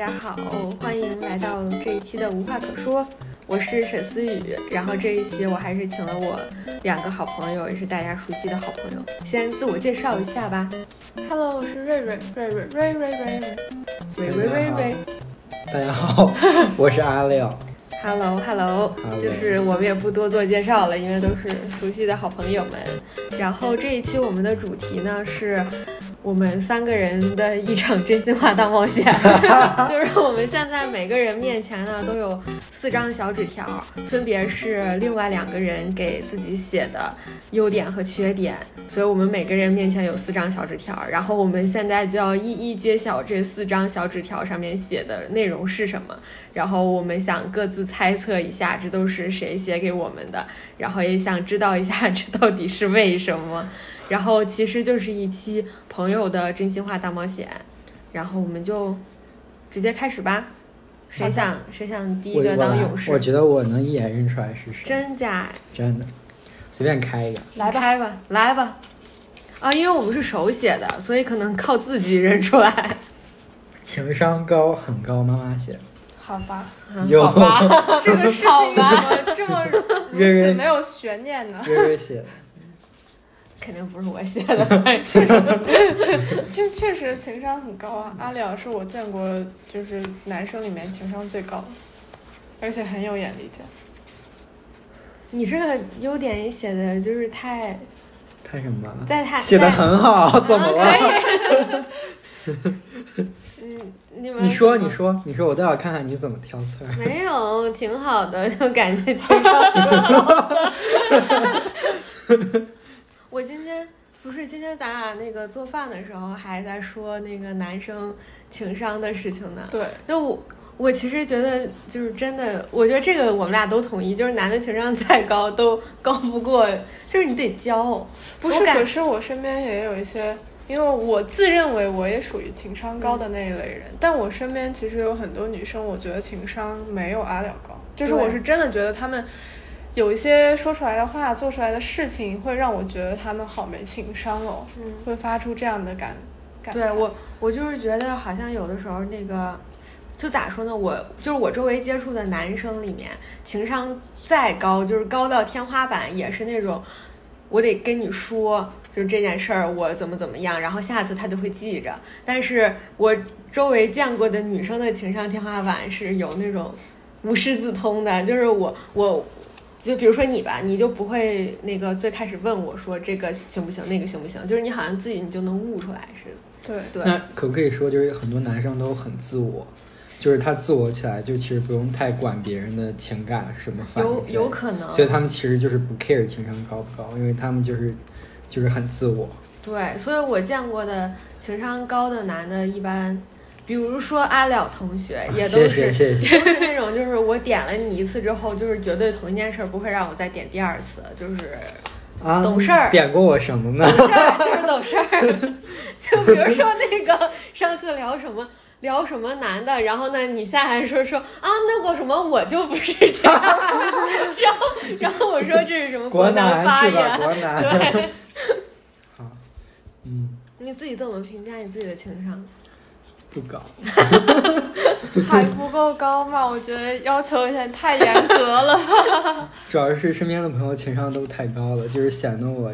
家好，欢迎来到这一期的无话可说，我是沈思雨。然后这一期我还是请了我2个好朋友，也是大家熟悉的好朋友，先自我介绍一下吧。 Hello， 我是瑞瑞。 大家好，我是阿廖。 Hello， 就是我们也不多做介绍了，因为都是熟悉的好朋友们。然后这一期我们的主题呢是我们3个人的一场真心话大冒险。就是我们现在每个人面前呢都有4张小纸条，分别是另外2个人给自己写的优点和缺点，所以我们每个人面前有4张小纸条，然后我们现在就要一一揭晓这4张小纸条上面写的内容是什么，然后我们想各自猜测一下这都是谁写给我们的，然后也想知道一下这到底是为什么。然后其实就是一期朋友的真心话大冒险，然后我们就直接开始吧。谁想第一个当勇士？ 我觉得我能一眼认出来是谁。 真假？ 真的，随便开一个。 来吧。啊，因为我们是手写的，所以可能靠自己认出来。 情商高很高，妈妈写的。 好吧， 好吧，这个事情怎么这么如此没有悬念呢？ 瑞瑞写的。 肯定不是我写的， 确实情商很高啊。阿廖是我见过就是男生里面情商最高的，而且很有眼力见。 你这个优点也写的就是太什么了？ 写的很好，怎么了？你说，我倒要看看你怎么挑刺儿。 没有，挺好的，就感觉情商挺高的。我今天咱俩那个做饭的时候还在说那个男生情商的事情呢。 对， 就我其实觉得就是真的，我觉得这个我们俩都同意，就是男的情商再高都高不过，就是你得教。 不是，可是我身边也有一些，因为我自认为我也属于情商高的那一类人，但我身边其实有很多女生，我觉得情商没有阿廖高，就是我是真的觉得他们有一些说出来的话做出来的事情会让我觉得他们好没情商哦，会发出这样的感对，我就是觉得好像有的时候那个就咋说呢，就是我周围接触的男生里面情商再高，就是高到天花板，也是那种我得跟你说就这件事儿我怎么样，然后下次他就会记着。但是我周围见过的女生的情商天花板是有那种无师自通的，就是我就比如说你吧，你就不会那个最开始问我说这个行不行那个行不行，就是你好像自己你就能悟出来似的。对， 那可不可以说就是很多男生都很自我，就是他自我起来就其实不用太管别人的情感什么反应， 有可能， 所以他们其实就是不 care 情商高不高，因为他们就是很自我。 对，所以我见过的情商高的男的一般比如说阿廖同学也都是谢谢都是那种就是我点了你1次之后，就是绝对同一件事不会让我再点第2次，就是懂事儿。 点过我什么呢？ 懂事儿就是懂事儿。就比如说那个上次聊什么男的，然后呢你下来说啊那个什么我就不是这样，然后我说这是什么国男发言， 国男。 对。 好， 你自己怎么评价你自己的情商？ 不高。 还不够高吗？我觉得要求有点太严格了吧。 主要是身边的朋友情商都太高了，就是显得我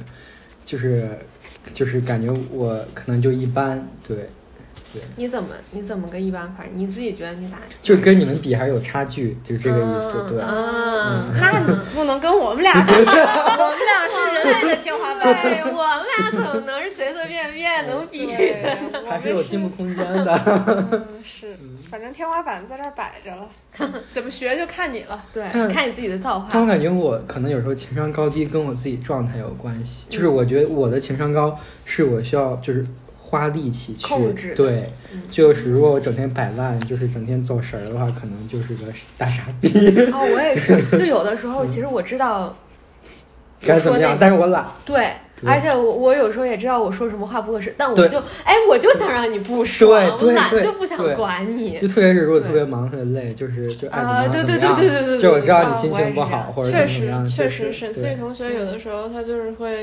就是感觉我可能就一般。对。 你怎么个一般法？你自己觉得你咋？ 就是跟你们比还是有差距，就是这个意思。对。 那你不能跟我们俩比，我们俩是人类的天花板。 对，我们俩怎么能是随随便便能比？ 还是有进步空间的。 是，反正天花板在这儿摆着了，怎么学就看你了。 对，看你自己的造化。 但我感觉我可能有时候情商高低跟我自己状态有关系，就是我觉得我的情商高是我需要就是花力气去控制。 对，就是如果我整天摆烂，就是整天走神的话，可能就是个大傻逼。 我也是，就有的时候其实我知道该怎么样，但是我懒。 对，而且我有时候也知道我说什么话不合适，但我就想让你不说，我懒就不想管你。 就特别是如果特别忙特别累，就爱怎么样怎么样。 对， 就我知道你心情不好或者怎么样。 确实，沈思雨同学有的时候他就是会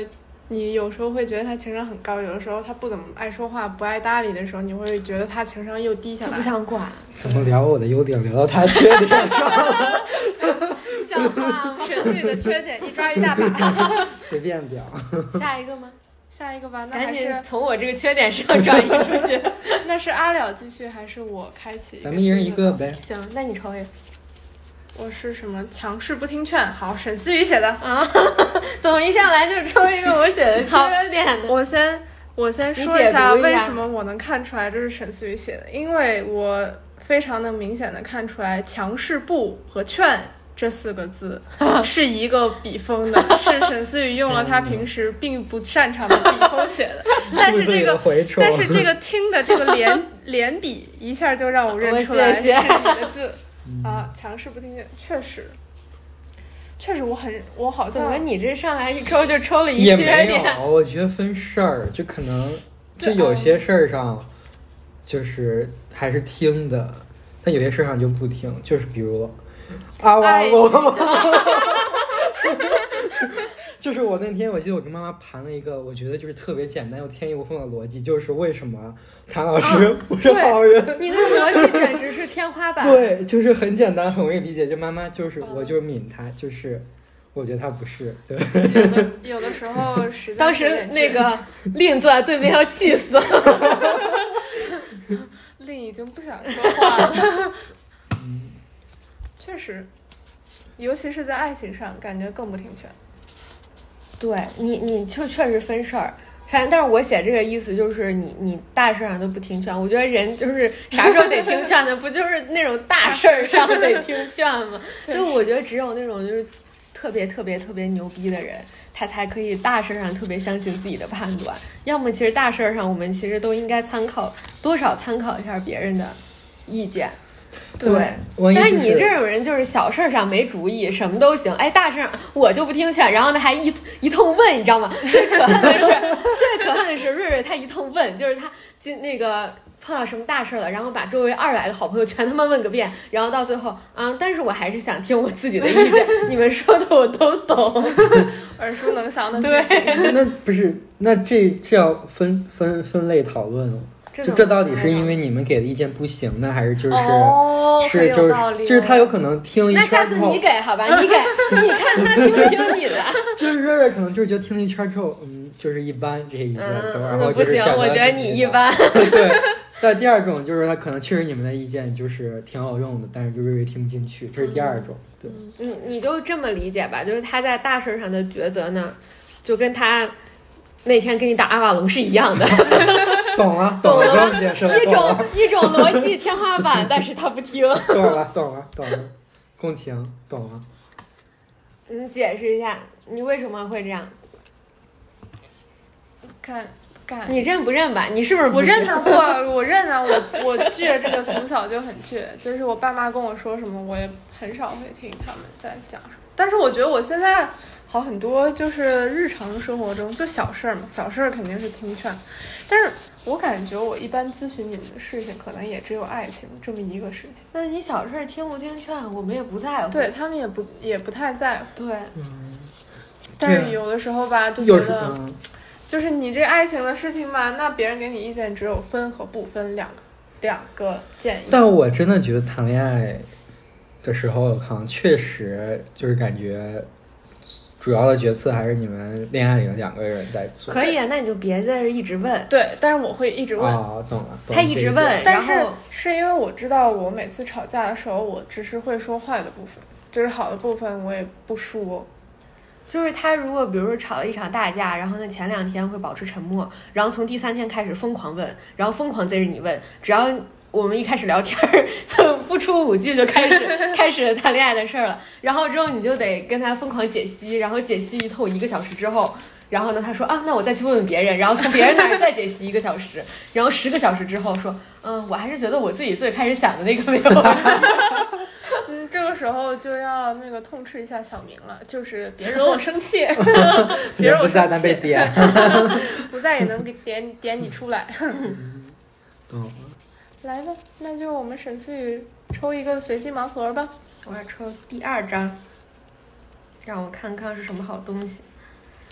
你有时候会觉得他情商很高，有的时候他不怎么爱说话，不爱搭理的时候，你会觉得他情商又低下来， 就不想管。 怎么聊我的优点聊到他缺点上了？ 像话吗？ 沈思雨的缺点一抓一大把。 随便聊。 下一个吗？ 下一个吧，那赶紧还是从我这个缺点上转移出去。 那是阿了继续，还是我开启？ 咱们一人一个呗。 行，那你抽一个。 我是什么？强势不听劝。好，沈思雨写的啊，怎么一上来就抽一个我写的缺点呢？ 我先说一下为什么我能看出来这是沈思雨写的，因为我非常能明显的看出来强势不和劝这4个字是一个笔锋的，是沈思雨用了他平时并不擅长的笔锋写的，但是这个听的这个连笔一下就让我认出来是你的字啊，强势不听劝，确实我好像怎么你这上来一抽就抽了一缺点？ 也没有，我觉得分事儿，就可能就有些事儿上就是还是听的，但有些事儿上就不听，就是比如啊哇就是我那天我记得我跟妈妈盘了一个我觉得就是特别简单又天衣无缝的逻辑，就是为什么谭老师不是好人。 你那逻辑简直是天花板。 对，就是很简单很容易理解，就妈妈就是我就是抿他，就是我觉得他不是。对， 有的时候实在当时那个令坐在对面要气死了。 令已经不想说话了。确实，尤其是在爱情上，感觉更不听劝。 对你就确实分事儿，但是我写这个意思就是你大事上都不听劝，我觉得人就是啥时候得听劝呢？不就是那种大事儿上得听劝吗？就我觉得只有那种就是特别牛逼的人，他才可以大事上特别相信自己的判断。要么其实大事上我们其实都应该多少参考一下别人的意见。对，但是你这种人就是小事上没主意，什么都行，哎，大事上我就不听劝，然后呢还一通问，你知道吗？最可恨的是瑞瑞他一通问，就是他那个碰到什么大事了，然后把周围200个好朋友全他妈问个遍，然后到最后但是我还是想听我自己的意见，你们说的我都懂， 耳熟能详的对。 那不是，那这要分类讨论了。这到底是因为你们给的意见不行呢，还是就是就是他有可能听一圈之后， 那下次你给好吧，你看他听不听你的。 就是瑞瑞可能就是觉得听了一圈之后，就是一般这些意见，然后就是不行，我觉得你一般。 对，但第二种就是他可能确实你们的意见就是挺好用的，但是就瑞瑞听不进去，这是第二种。对， 你就这么理解吧，就是他在大事上的抉择呢，就跟他那天跟你打阿瓦隆是一样的。 懂了，不用解释了。 一种逻辑天花板，但是他不听。 懂了，共情，懂了。 你解释一下，你为什么会这样？你认不认吧？你是不是不认啊？我认啊！我倔这个从小就很倔，就是我爸妈跟我说什么，我也很少会听他们在讲什么。但是我觉得我现在好很多，就是日常生活中就小事儿嘛，小事儿肯定是听劝。但是我感觉我一般咨询你们的事情，可能也只有爱情这么一个事情。 那你小事听不听劝，我们也不在乎。 对他们也不太在乎。 对， 但是有的时候吧，就觉得，就是你这爱情的事情吧，那别人给你意见只有分和不分两个建议。 但我真的觉得谈恋爱的时候，好像确实就是感觉。主要的决策还是你们恋爱里的2个人在做。 可以啊，那你就别在这一直问。 对，但是我会一直问。 哦，懂了。 他一直问， 但是因为我知道，我每次吵架的时候，我只是会说坏的部分，就是好的部分我也不说。 就是他如果比如说吵了一场大架，然后呢前2天会保持沉默，然后从第3天开始疯狂问，然后疯狂追着你问，只要我们一开始聊天就不出5句就开始谈恋爱的事儿了，然后之后你就得跟他疯狂解析，然后解析一通1个小时之后，然后呢他说那我再去问问别人，然后从别人那儿再解析1个小时，然后10个小时之后说我还是觉得我自己最开始想的那个没有。 这个时候就要那个痛斥一下小明了，就是别惹我生气，别惹我生气， 被点， 不在也能给点你出来。来吧，那就我们沈思雨抽一个随机盲盒吧。 我要抽第2张，让我看看是什么好东西。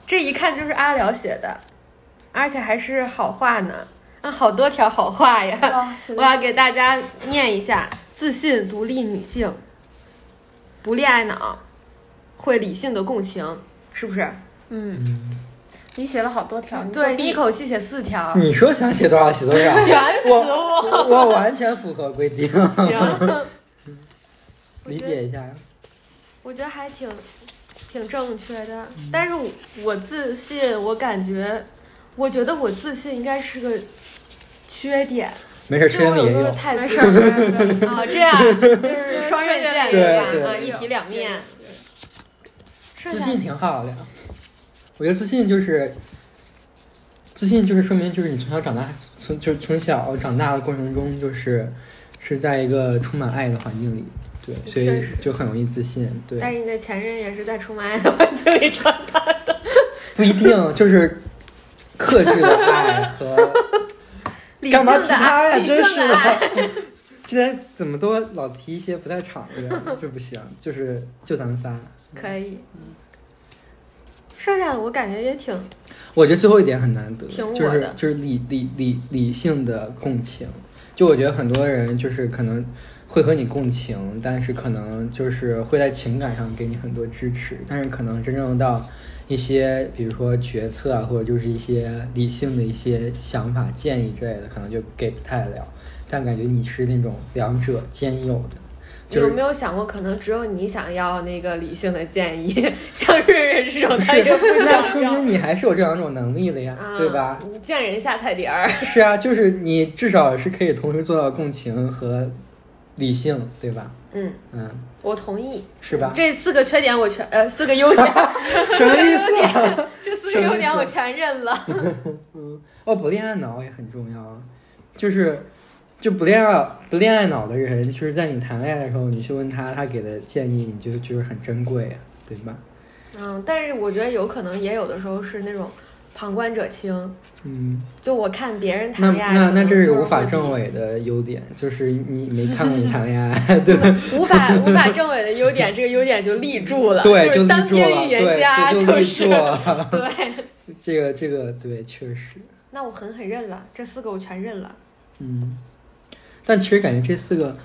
这一看就是阿辽写的，而且还是好话呢，好多条好话呀！我要给大家念一下：自信独立女性，不恋爱脑，会理性的共情，是不是？ 你写了好多条， 对，你一口气写4条。 你说想写多少写多少， 卷死我！ 我完全符合规定。 行， 理解一下。 我觉得还挺正确的，但是我自信，我觉得我自信应该是个缺点。 没事，缺点也有。 太没事啊，这样就是双刃剑一样啊，一体两面。 自信挺好的。我觉得自信就是说明就是你从小长大的过程中是在一个充满爱的环境里，对，所以就很容易自信。对， 但是你的前任也是在充满爱的环境里长大的。 不一定，就是克制的爱和干嘛提他呀？真是的，今天怎么都老提一些不太长的，这不行。就咱们仨可以。剩下的我感觉也挺， 我觉得最后一点很难得，就是理性的共情。就我觉得很多人就是可能会和你共情，但是可能就是会在情感上给你很多支持，但是可能真正到一些比如说决策啊，或者就是一些理性的一些想法建议之类的，可能就给不太了。但感觉你是那种两者兼有的。 有没有想过，可能只有你想要那个理性的建议，像瑞瑞这种，他就不想要。 那说明你还是有这两种能力的呀，对吧？ 见人下菜碟儿。 是啊，就是你至少是可以同时做到共情和理性，对吧？ 我同意， 是吧？ 这4个缺点我全4个优点， 什么意思？ 这4个优点我全认了。 不恋爱脑也很重要，就不恋爱脑的人，就是在你谈恋爱的时候，你去问他给的建议，你就是很珍贵啊，对吧？ 但是我觉得有可能也有的时候是那种旁观者清。就我看别人谈恋爱， 那这是无法证伪的优点，就是你没看过你谈恋爱，对。 无法证伪的优点，这个优点就立住了， 对， 就是单边预言家， 就立住了。 对， 这个对，确实。 那我狠认了，这4个我全认了。 但其实感觉这4个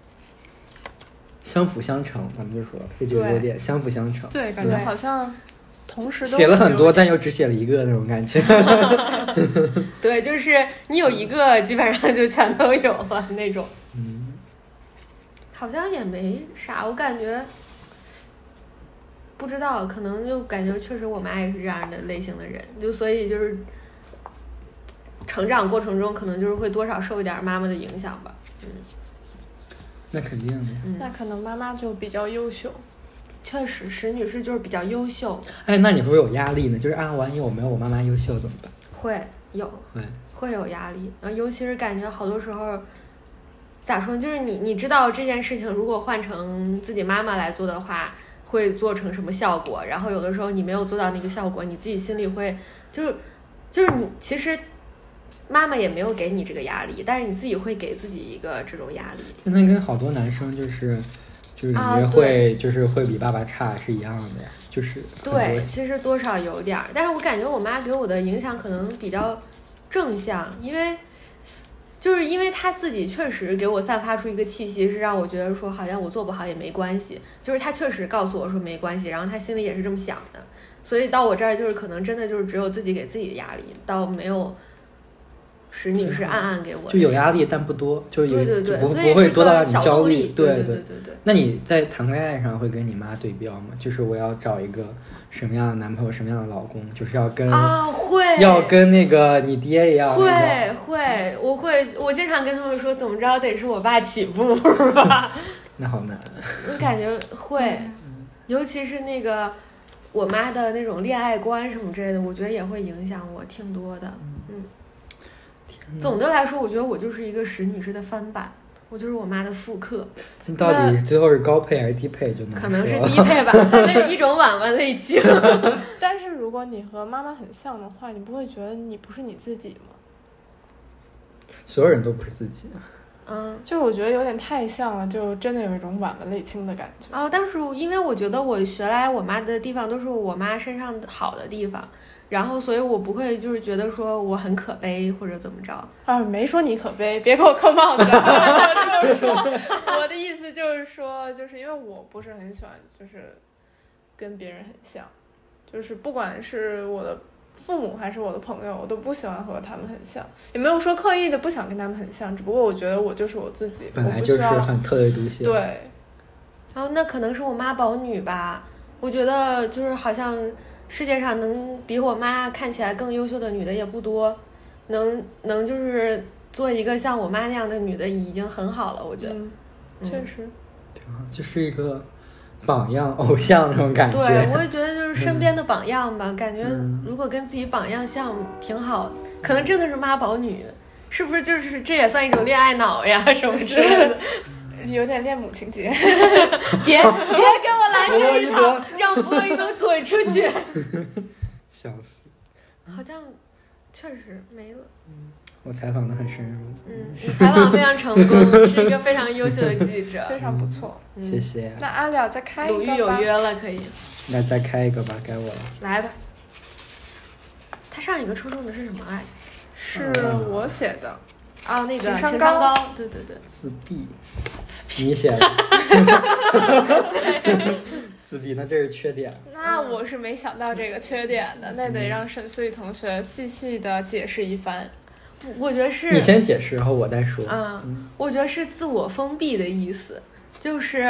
相辅相成，咱们就说这就有点相辅相成。 对，感觉好像同时都写了很多，但又只写了1个那种感觉。 对，就是你有1个，基本上就全都有了那种。好像也没啥，我感觉不知道，可能就感觉确实我妈也是这样的类型的人，就所以就是成长过程中可能就是会多少受一点妈妈的影响吧。 那肯定的。 那可能妈妈就比较优秀。 确实，石女士就是比较优秀。 那你会不会有压力呢？就是万一我没有我妈妈优秀怎么办？ 会有压力，尤其是感觉好多时候，咋说，就是你知道这件事情如果换成自己妈妈来做的话，会做成什么效果，然后有的时候你没有做到那个效果，你自己心里会就是你其实妈妈也没有给你这个压力，但是你自己会给自己一个这种压力。 那跟好多男生就是感觉会就是会比爸爸差是一样的呀，就是对，其实多少有点，但是我感觉我妈给我的影响可能比较正向，因为她自己确实给我散发出一个气息，是让我觉得说好像我做不好也没关系，就是她确实告诉我说没关系，然后她心里也是这么想的，所以到我这儿就是可能真的就是只有自己给自己的压力，倒没有石女士暗给我就有压力，但不多，就是对， 不会多到让你焦虑。 对。 那你在谈恋爱上会跟你妈对标吗？就是我要找一个什么样的男朋友，什么样的老公，就是要跟要跟那个你爹一样。 我经常跟他们说，怎么着得是我爸起步是吧？ 那好难。 我感觉会，尤其是那个我妈的那种恋爱观什么之类的，我觉得也会影响我挺多的。总的来说，我觉得我就是一个石女士的翻版，我就是我妈的复刻。 到底最后是高配还是低配就难说。 可能是低配吧，它是一种婉婉类型。 但是如果你和妈妈很像的话，你不会觉得你不是你自己吗？ 所有人都不是自己。 就是我觉得有点太像了，就真的有一种晚文泪清的感觉。 但是因为我觉得我学来我妈的地方都是我妈身上好的地方，然后所以我不会就是觉得说我很可悲或者怎么着。 没说你可悲，别给我扣帽子。就是说，我的意思就是说，就是因为我不是很喜欢，就是跟别人很像，就是不管是我的父母还是我的朋友，我都不喜欢和他们很像，也没有说刻意的不想跟他们很像，只不过我觉得我就是我自己， 本来就是很特立独行。 对， 然后那可能是我妈宝女吧，我觉得就是好像世界上能比我妈看起来更优秀的女的也不多，能就是做一个像我妈那样的女的已经很好了，我觉得。 确实， 就是一个榜样偶像那种感觉。 对，我也觉得就是身边的榜样吧，感觉如果跟自己榜样像挺好，可能真的是妈宝女，是不是就是这也算一种恋爱脑呀什么之类的。 有点恋母情节。 别给我来这一套，让弗洛伊德滚出去。 笑死。 好像确实没了。 我采访的很深入。 你采访非常成功，是一个非常优秀的记者， 非常不错。 谢谢。 那阿廖再开一个吧。 鲁豫有约了，可以。 那再开一个吧，该我了。 来吧。他上一个抽中的是什么来？ 是我写的。 那个情商高。 对。 自闭。你写的。自闭，那这是缺点。 那我是没想到这个缺点的，那得让沈思雨同学细细的解释一番。 我觉得是你先解释，然后我再说。 我觉得是自我封闭的意思，就是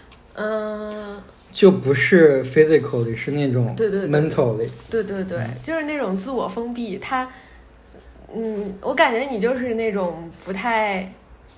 就不是 physically， 是那种对 mentally。 对，就是那种自我封闭。他我感觉你就是那种不太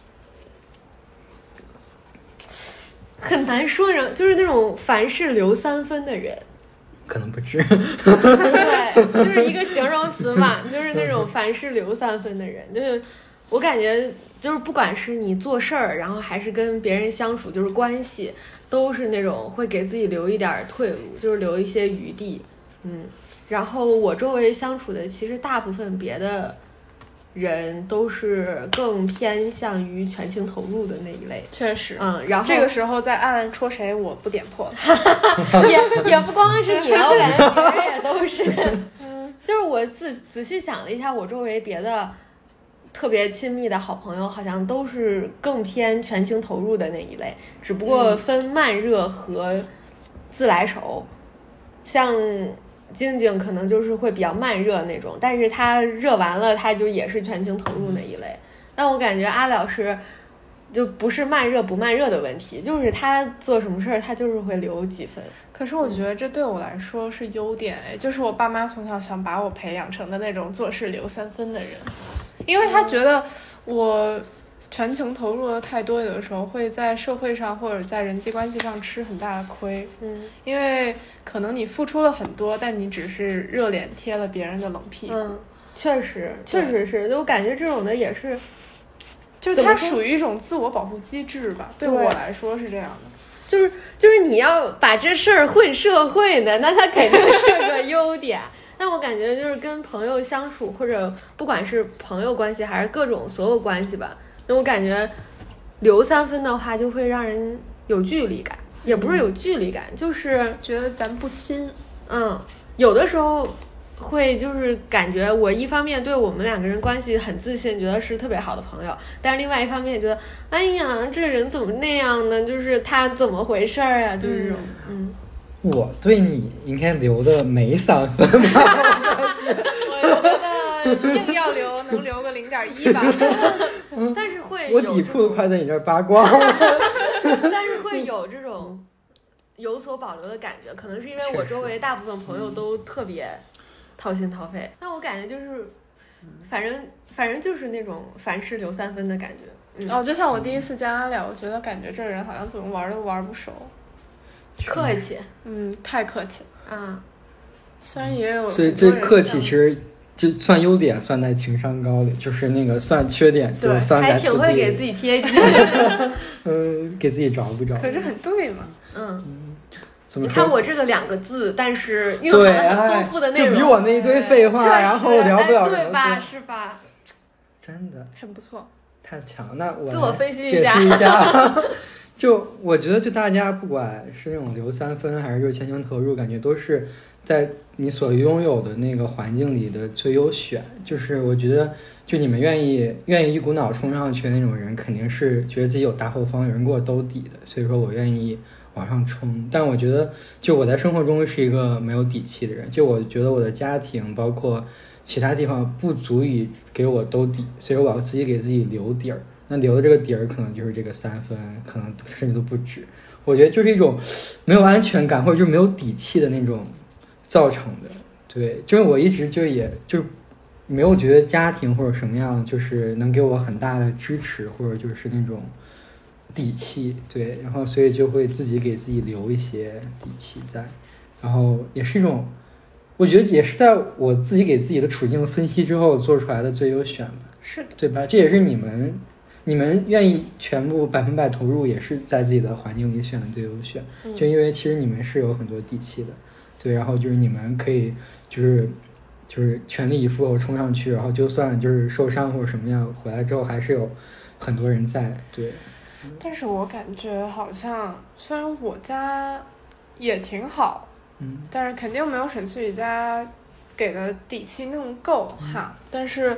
很难说人，就是那种凡事留3分的人。 可能不止。 对，就是一个形容词嘛，就是那种凡事留3分的人。就是我感觉，就是不管是你做事儿，然后还是跟别人相处，就是关系，都是那种会给自己留一点退路，就是留一些余地。然后我周围相处的，其实大部分别的人都是更偏向于全情投入的那一类。 确实。 然后这个时候再暗暗戳谁，我不点破。 也不光是你了，我感觉别人也都是。就是我仔细想了一下，我周围别的特别亲密的好朋友，好像都是更偏全情投入的那一类，只不过分慢热和自来熟。像晶晶可能就是会比较慢热那种，但是他热完了，他就也是全情投入那一类。但我感觉阿廖是就不是慢热不慢热的问题，就是他做什么事儿他就是会留几分。 可是我觉得这对我来说是优点，就是我爸妈从小想把我培养成的那种做事留3分的人，因为他觉得我全情投入的太多，有的时候会在社会上或者在人际关系上吃很大的亏。因为可能你付出了很多，但你只是热脸贴了别人的冷屁股。 确实是，就我感觉这种的也是， 就是它属于一种自我保护机制吧。对我来说是这样的。 就是你要把这事儿混社会呢，那它肯定是个优点。但我感觉就是跟朋友相处，或者不管是朋友关系还是各种所有关系吧，那我感觉留3分的话，就会让人有距离感，也不是有距离感，就是觉得咱不亲。 有的时候会就是感觉我一方面对我们2个人关系很自信，觉得是特别好的朋友，但是另外一方面觉得，哎呀，这人怎么那样呢？就是他怎么回事啊？就是这种。 我对你应该留的没3分吧？ 我觉得硬要留，能留个0.1吧。 但是会我底裤都快在你这儿扒光了。 但是会有这种有所保留的感觉，可能是因为我周围大部分朋友都特别掏心掏肺。那我感觉就是，反正就是那种凡事留3分的感觉。 就像我第一次见阿廖，我觉得感觉这人好像怎么玩都玩不熟。 客气。 太客气了。虽然也有， 所以这客气其实就算优点，算在情商高里，就是那个算缺点，就算在还挺会给自己贴金。 给自己找不着。 可是很对嘛。 你看我这个2个字，但是蕴含了很丰富的内容， 就比我那一堆废话，然后聊不了， 对吧？是吧？ 真的很不错。 太强，那我自我分析解释一下。就我觉得，就大家不管是那种留3分，还是就全情投入，感觉都是在你所拥有的那个环境里的最优选。就是我觉得，就你们愿意一股脑冲上去的那种人，肯定是觉得自己有大后方，有人给我兜底的，所以说我愿意往上冲。但我觉得，就我在生活中是一个没有底气的人，就我觉得我的家庭包括其他地方不足以给我兜底，所以我要自己给自己留底儿。那留的这个底儿可能就是这个3分，可能甚至都不止。我觉得就是一种没有安全感或者就是没有底气的那种造成的。对，就是我一直也就是没有觉得家庭或者什么样就是能给我很大的支持或者就是那种底气。对，然后所以就会自己给自己留一些底气在，然后也是一种我觉得也是在我自己给自己的处境分析之后做出来的最优选吧。 是的， 对吧？这也是你们愿意全部100%投入，也是在自己的环境里选的最优选。就因为其实你们是有很多底气的，对，然后就是你们可以就是全力以赴冲上去，然后就算就是受伤或者什么样，回来之后还是有很多人在。对， 但是我感觉好像虽然我家也挺好，但是肯定没有沈思雨家给的底气那么够哈。但是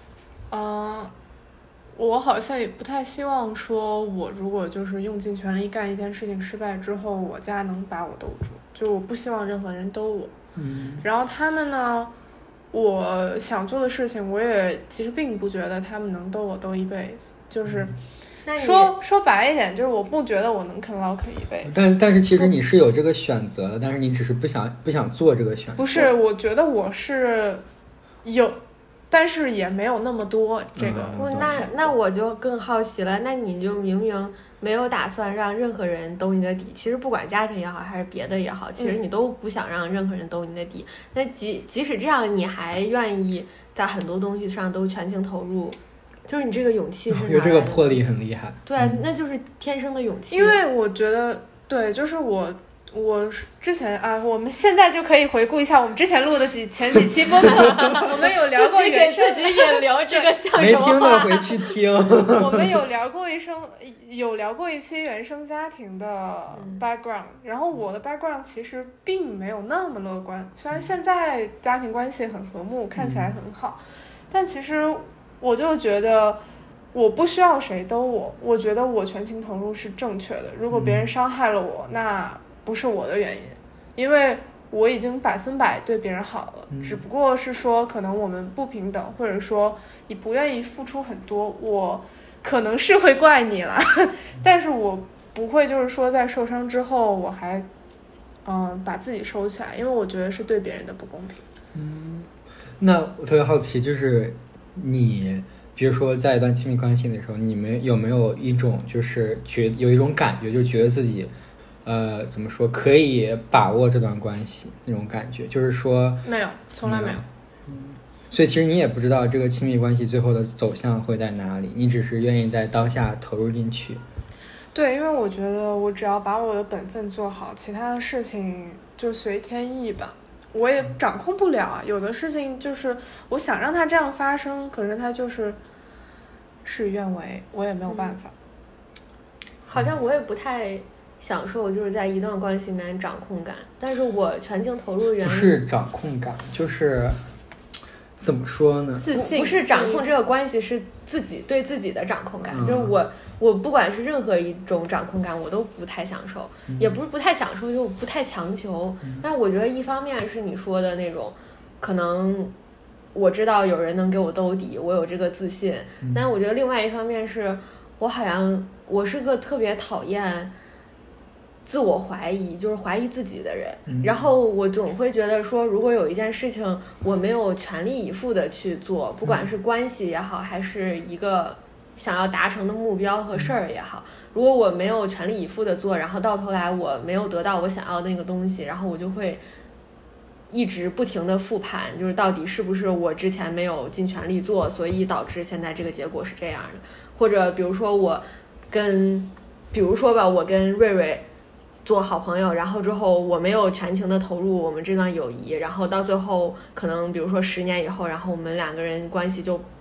我好像也不太希望说我如果就是用尽全力干一件事情失败之后，我家能把我兜住，就我不希望任何人兜我。然后他们呢，我想做的事情我也其实并不觉得他们能兜我兜一辈子，就是说白一点，就是我不觉得我能啃老啃一辈子。 但是其实你是有这个选择的，但是你只是不想做这个选择。 不是，我觉得我是有，但是也没有那么多这个。 那我就更好奇了，那你就明明没有打算让任何人兜你的底，其实不管家庭也好还是别的也好，其实你都不想让任何人兜你的底。那即使这样，你还愿意在很多东西上都全情投入，就是你这个勇气是哪来的？ 有这个魄力很厉害。 对，那就是天生的勇气。 因为我觉得，对，就是我之前啊，我们现在就可以回顾一下我们之前录的前几期播客，我们有聊过原声， 自己引流这个像什么话？没听的回去听。 我们有聊过一期原生家庭的 background，然后我的 background 其实并没有那么乐观，虽然现在家庭关系很和睦，看起来很好，但其实我就觉得我不需要谁兜我觉得我全情投入是正确的。如果别人伤害了我，那不是我的原因，因为我已经100%对别人好了，只不过是说可能我们不平等，或者说你不愿意付出很多，我可能是会怪你了，但是我不会就是说在受伤之后我还把自己收起来，因为我觉得是对别人的不公平。 那我特别好奇，就是你比如说在一段亲密关系的时候，你们有没有一种就是有一种感觉，就觉得自己怎么说可以把握这段关系那种感觉？就是说没有，从来没有。 所以其实你也不知道这个亲密关系最后的走向会在哪里，你只是愿意在当下投入进去。 对，因为我觉得我只要把我的本分做好，其他的事情就随天意吧。我也掌控不了啊，有的事情就是我想让它这样发生，可是它就是事与愿违，我也没有办法。 好像我也不太享受就是在一段关系里面掌控感，但是我全情投入原因不是掌控感，就是怎么说呢？ 自信。 不是掌控这个关系，是自己对自己的掌控感。就是我不管是任何一种掌控感，我都不太享受，也不是不太享受，就不太强求。但我觉得一方面是你说的那种，可能我知道有人能给我兜底，我有这个自信。但我觉得另外一方面是我是个特别讨厌自我怀疑，就是怀疑自己的人。然后我总会觉得说，如果有一件事情我没有全力以赴的去做，不管是关系也好，还是一个想要达成的目标和事儿也好，如果我没有全力以赴的做，然后到头来我没有得到我想要的那个东西，然后我就会一直不停的复盘，就是到底是不是我之前没有尽全力做，所以导致现在这个结果是这样的。或者比如说我跟瑞瑞做好朋友，然后之后我没有全情的投入我们这段友谊，然后到最后可能比如说10年以后，然后我们两个人关系就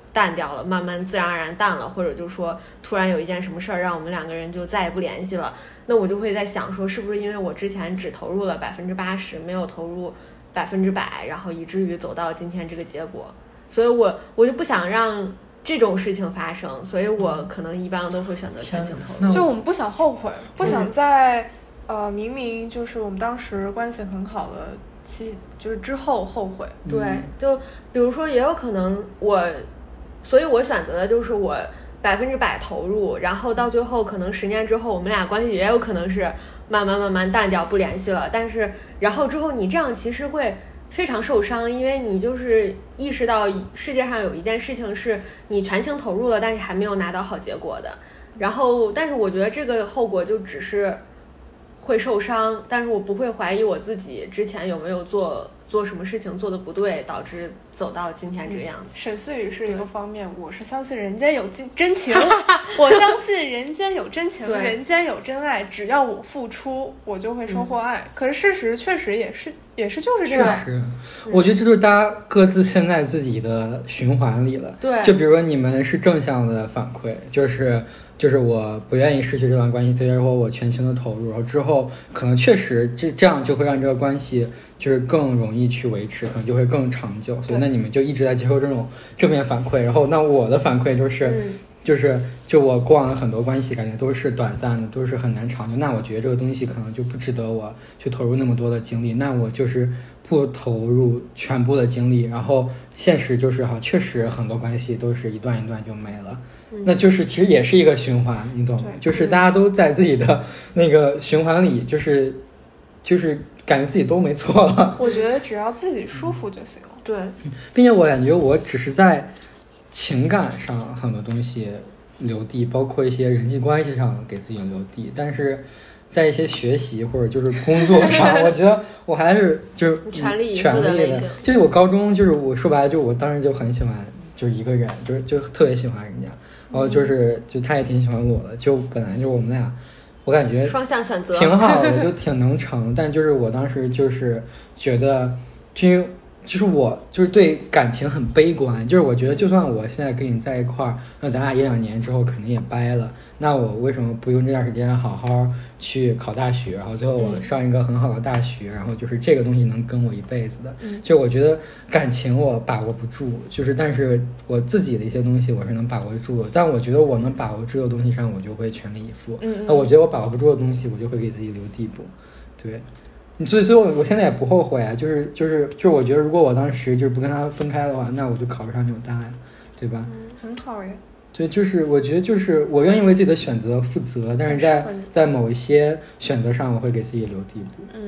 淡掉了，慢慢自然而然淡了，或者就说突然有一件什么事儿让我们2个人就再也不联系了，那我就会在想说是不是因为我之前只投入了80%，没有投入100%，然后以至于走到今天这个结果，所以我就不想让这种事情发生，所以我可能一般都会选择全情投入。 就我们不想后悔，不想在明明就是我们当时关系很好的就是之后后悔。 对，就比如说也有可能所以我选择的就是我100%投入，然后到最后可能10年之后我们俩关系也有可能是慢慢淡掉不联系了，但是然后之后你这样其实会非常受伤，因为你就是意识到世界上有一件事情是你全情投入了，但是还没有拿到好结果的，然后但是我觉得这个后果就只是会受伤，但是我不会怀疑我自己之前有没有做什么事情做的不对，导致走到今天这个样子。 沈思雨是一个方面，我是相信人间有真情我相信人间有真情人间有真爱，只要我付出我就会收获爱。可是事实确实也是就是这样。 是，我觉得这就是大家各自陷在自己的循环里了。 对， 就比如说你们是正向的反馈，就是我不愿意失去这段关系，所以说我全情的投入，然后之后可能确实这样就会让这个关系就是更容易去维持，可能就会更长久。所以那你们就一直在接受这种正面反馈，然后那我的反馈就我过往的很多关系感觉都是短暂的，都是很难长久，那我觉得这个东西可能就不值得我去投入那么多的精力，那我就是不投入全部的精力，然后现实就是确实很多关系都是一段一段就没了。那就是其实也是一个循环，你懂吗？就是大家都在自己的那个循环里，就是感觉自己都没错了。 我觉得只要自己舒服就行了。 对， 并且我感觉我只是在情感上很多东西留地，包括一些人际关系上给自己留地，但是在一些学习或者就是工作上我觉得我还是就是全力以赴的类型。 就是我高中就是我说白了就我当时就很喜欢就是一个人，就特别喜欢人家，然后就他也挺喜欢我的，就本来就我们俩我感觉双向选择挺好的，就挺能成但就是我当时就是觉得就是我就是对感情很悲观，就是我觉得就算我现在跟你在一块儿，那咱俩1-2年之后肯定也掰了，那我为什么不用这段时间好好去考大学，然后最后我上一个很好的大学，然后就是这个东西能跟我一辈子的。就我觉得感情我把握不住，就是但是我自己的一些东西我是能把握住的，但我觉得我能把握住的东西上我就会全力以赴，那我觉得我把握不住的东西我就会给自己留地步。对，所以我现在也不后悔啊，就是我觉得如果我当时就是不跟他分开的话，那我就考不上纽大呀，对吧？ 很好耶。 对，就是我觉得就是我愿意为自己的选择负责，但是在某一些选择上我会给自己留地步。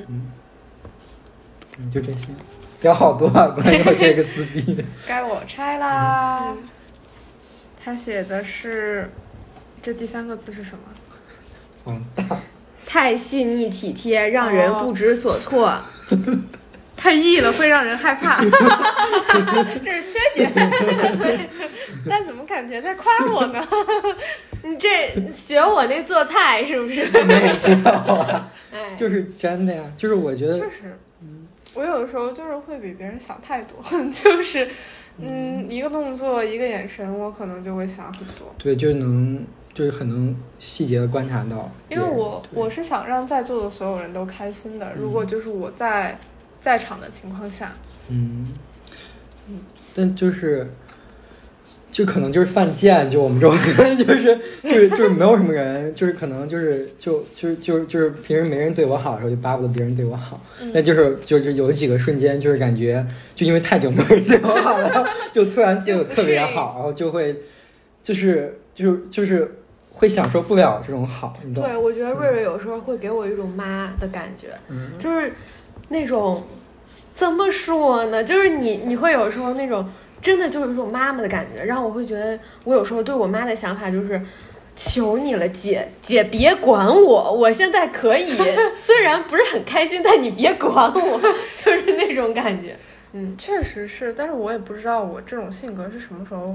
就这些，聊好多啊，关于我这个自闭。 该我拆啦。他写的是，这第3个字是什么？ 王大。 太细腻体贴，让人不知所措。 太 E 了，会让人害怕。这是缺点。对，但怎么感觉在夸我呢？ 你这学我那做菜是不是？ 没有啊，就是真的呀，就是我觉得确实，我有的时候就是会比别人想太多，就是一个动作一个眼神，我可能就会想很多。 对，就是很能细节的观察到， 因为我是想让在座的所有人都开心的。如果就是我在场的情况下， 但就可能就是犯贱，就我们周围就是没有什么人，就是可能就是平时没人对我好的时候，就巴不得别人对我好。那就是有几个瞬间，就是感觉就因为太久没有人对我好了，就突然对我特别好，然后就会就是会享受不了这种好，你懂？ 对，我觉得瑞瑞有时候会给我一种妈的感觉，就是那种怎么说呢？就是你会有时候那种真的就是一种妈妈的感觉，然后我会觉得我有时候对我妈的想法就是，求你了，姐别管我，我现在可以，虽然不是很开心，但你别管我，就是那种感觉。 确实是，但是我也不知道我这种性格是什么时候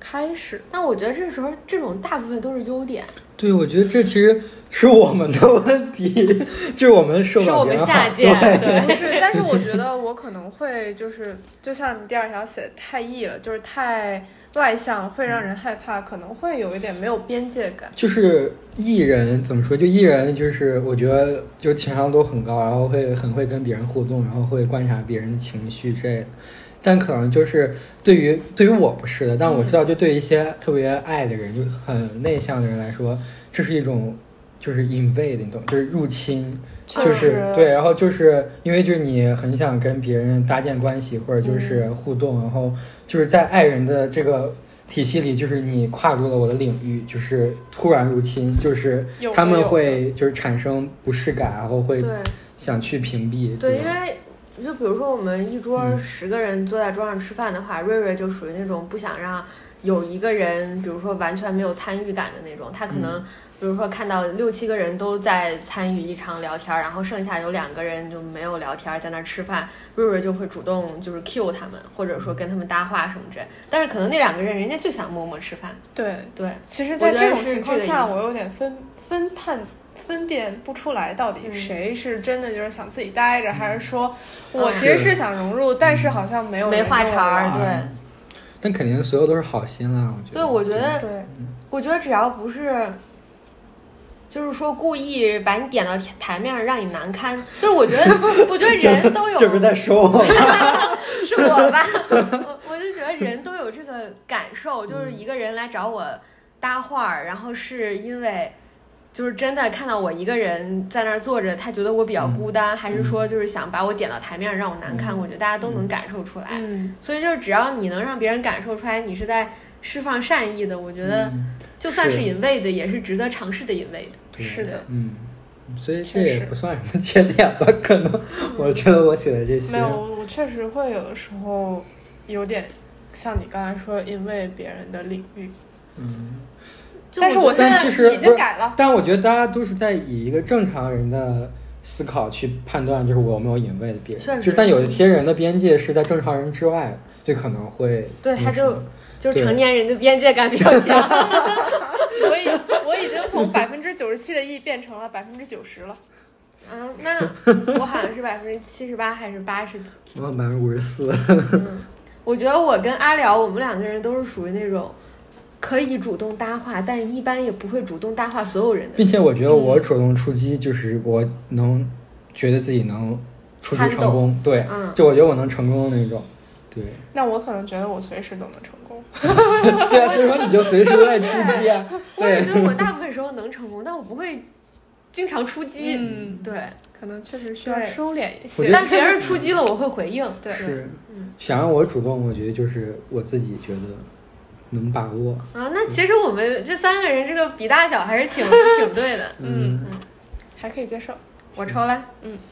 开始。 但我觉得这时候这种大部分都是优点。 对，我觉得这其实是我们的问题，就是我们受到别人下贱。 对，不是，但是我觉得我可能会就像你第2条写的太易了，就是太外向会让人害怕，可能会有一点没有边界感。 就是艺人怎么说？就艺人就是我觉得就情商都很高，然后很会跟别人互动，然后会观察别人的情绪之类的。但可能就是对于我不是的，但我知道就对于一些特别爱的人，就很内向的人来说，这是一种就是 invade， 你懂，就是入侵，就是对，然后就是因为就是你很想跟别人搭建关系或者就是互动，然后就是在爱人的这个体系里，就是你跨入了我的领域，就是突然入侵，就是他们会就是产生不适感，然后会想去屏蔽。 对，因为就比如说我们一桌10个人坐在桌上吃饭的话，瑞瑞就属于那种不想让有一个人比如说完全没有参与感的那种，他可能比如说看到6、7个人都在参与一场聊天，然后剩下有2个人就没有聊天，在那吃饭，瑞瑞就会主动就是 cue 他们，或者说跟他们搭话什么之类，但是可能那2个人人家就想默默吃饭。 对， 其实在这种情况下我有点分辨不出来到底谁是真的就是想自己待着，还是说我其实是想融入，但是好像没话茬。对， 但肯定所有都是好心啦，我觉得。 对，我觉得只要不是就是说故意把你点到台面上让你难堪，就是我觉得人都有这不是在说我是我吧我就觉得人都有这个感受，就是一个人来找我搭话，然后是因为就是真的看到我一个人在那儿坐着，他觉得我比较孤单，还是说就是想把我点到台面上让我难堪，我觉得大家都能感受出来。所以就是只要你能让别人感受出来你是在释放善意的，我觉得就算是隐晦的也是值得尝试的隐晦的。 是的， 所以这也不算什么缺点吧，可能我觉得我写的这些没有，我确实会有的时候有点像你刚才说隐晦别人的领域。但是我现在已经改了。 但我觉得大家都是在以一个正常人的思考去判断，就是我有没有隐晦的别人。就但有一些人的边界是在正常人之外，就可能会对他就成年人的边界感比较强。 我已经从97%的 E 变成了90%了。 那我好像是78%还是80几？ 我54%。 我觉得我跟阿辽，我们2个人都是属于那种可以主动搭话，但一般也不会主动搭话所有人的。 并且我觉得我主动出击，就是我能觉得自己能出击成功。对，就我觉得我能成功的那种。对。 那我可能觉得我随时都能成功。 对啊，所以说你就随时都在出击啊。 我也觉得我大部分时候能成功，但我不会经常出击。对， 可能确实需要收敛一些。 但别人出击了，我会回应。对， 是。想让我主动，我觉得就是我自己觉得能把握那其实我们这3个人这个比大小还是挺对的。 还可以接受。 我抽了。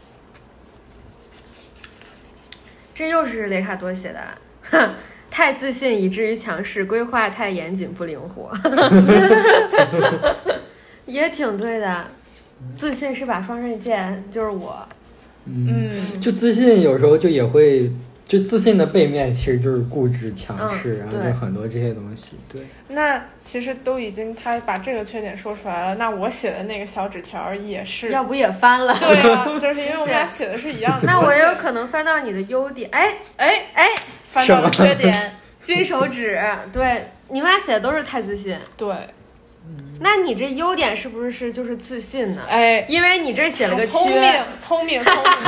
这又是雷卡多写的。太自信以至于强势，规划太严谨不灵活。也挺对的。自信是把双刃剑，就是我。 就自信有时候就也会，就自信的背面其实就是固执强势，然后就很多这些东西。对， 那其实都已经他把这个缺点说出来了，那我写的那个小纸条也是， 要不也翻了。 对啊，就是因为我们俩写的是一样的。 那我也有可能翻到你的优点。翻到了缺点。 金手指。对，你们俩写的都是太自信。 对。 那你这优点是不是就是自信呢？因为你这写了个缺。 聪明。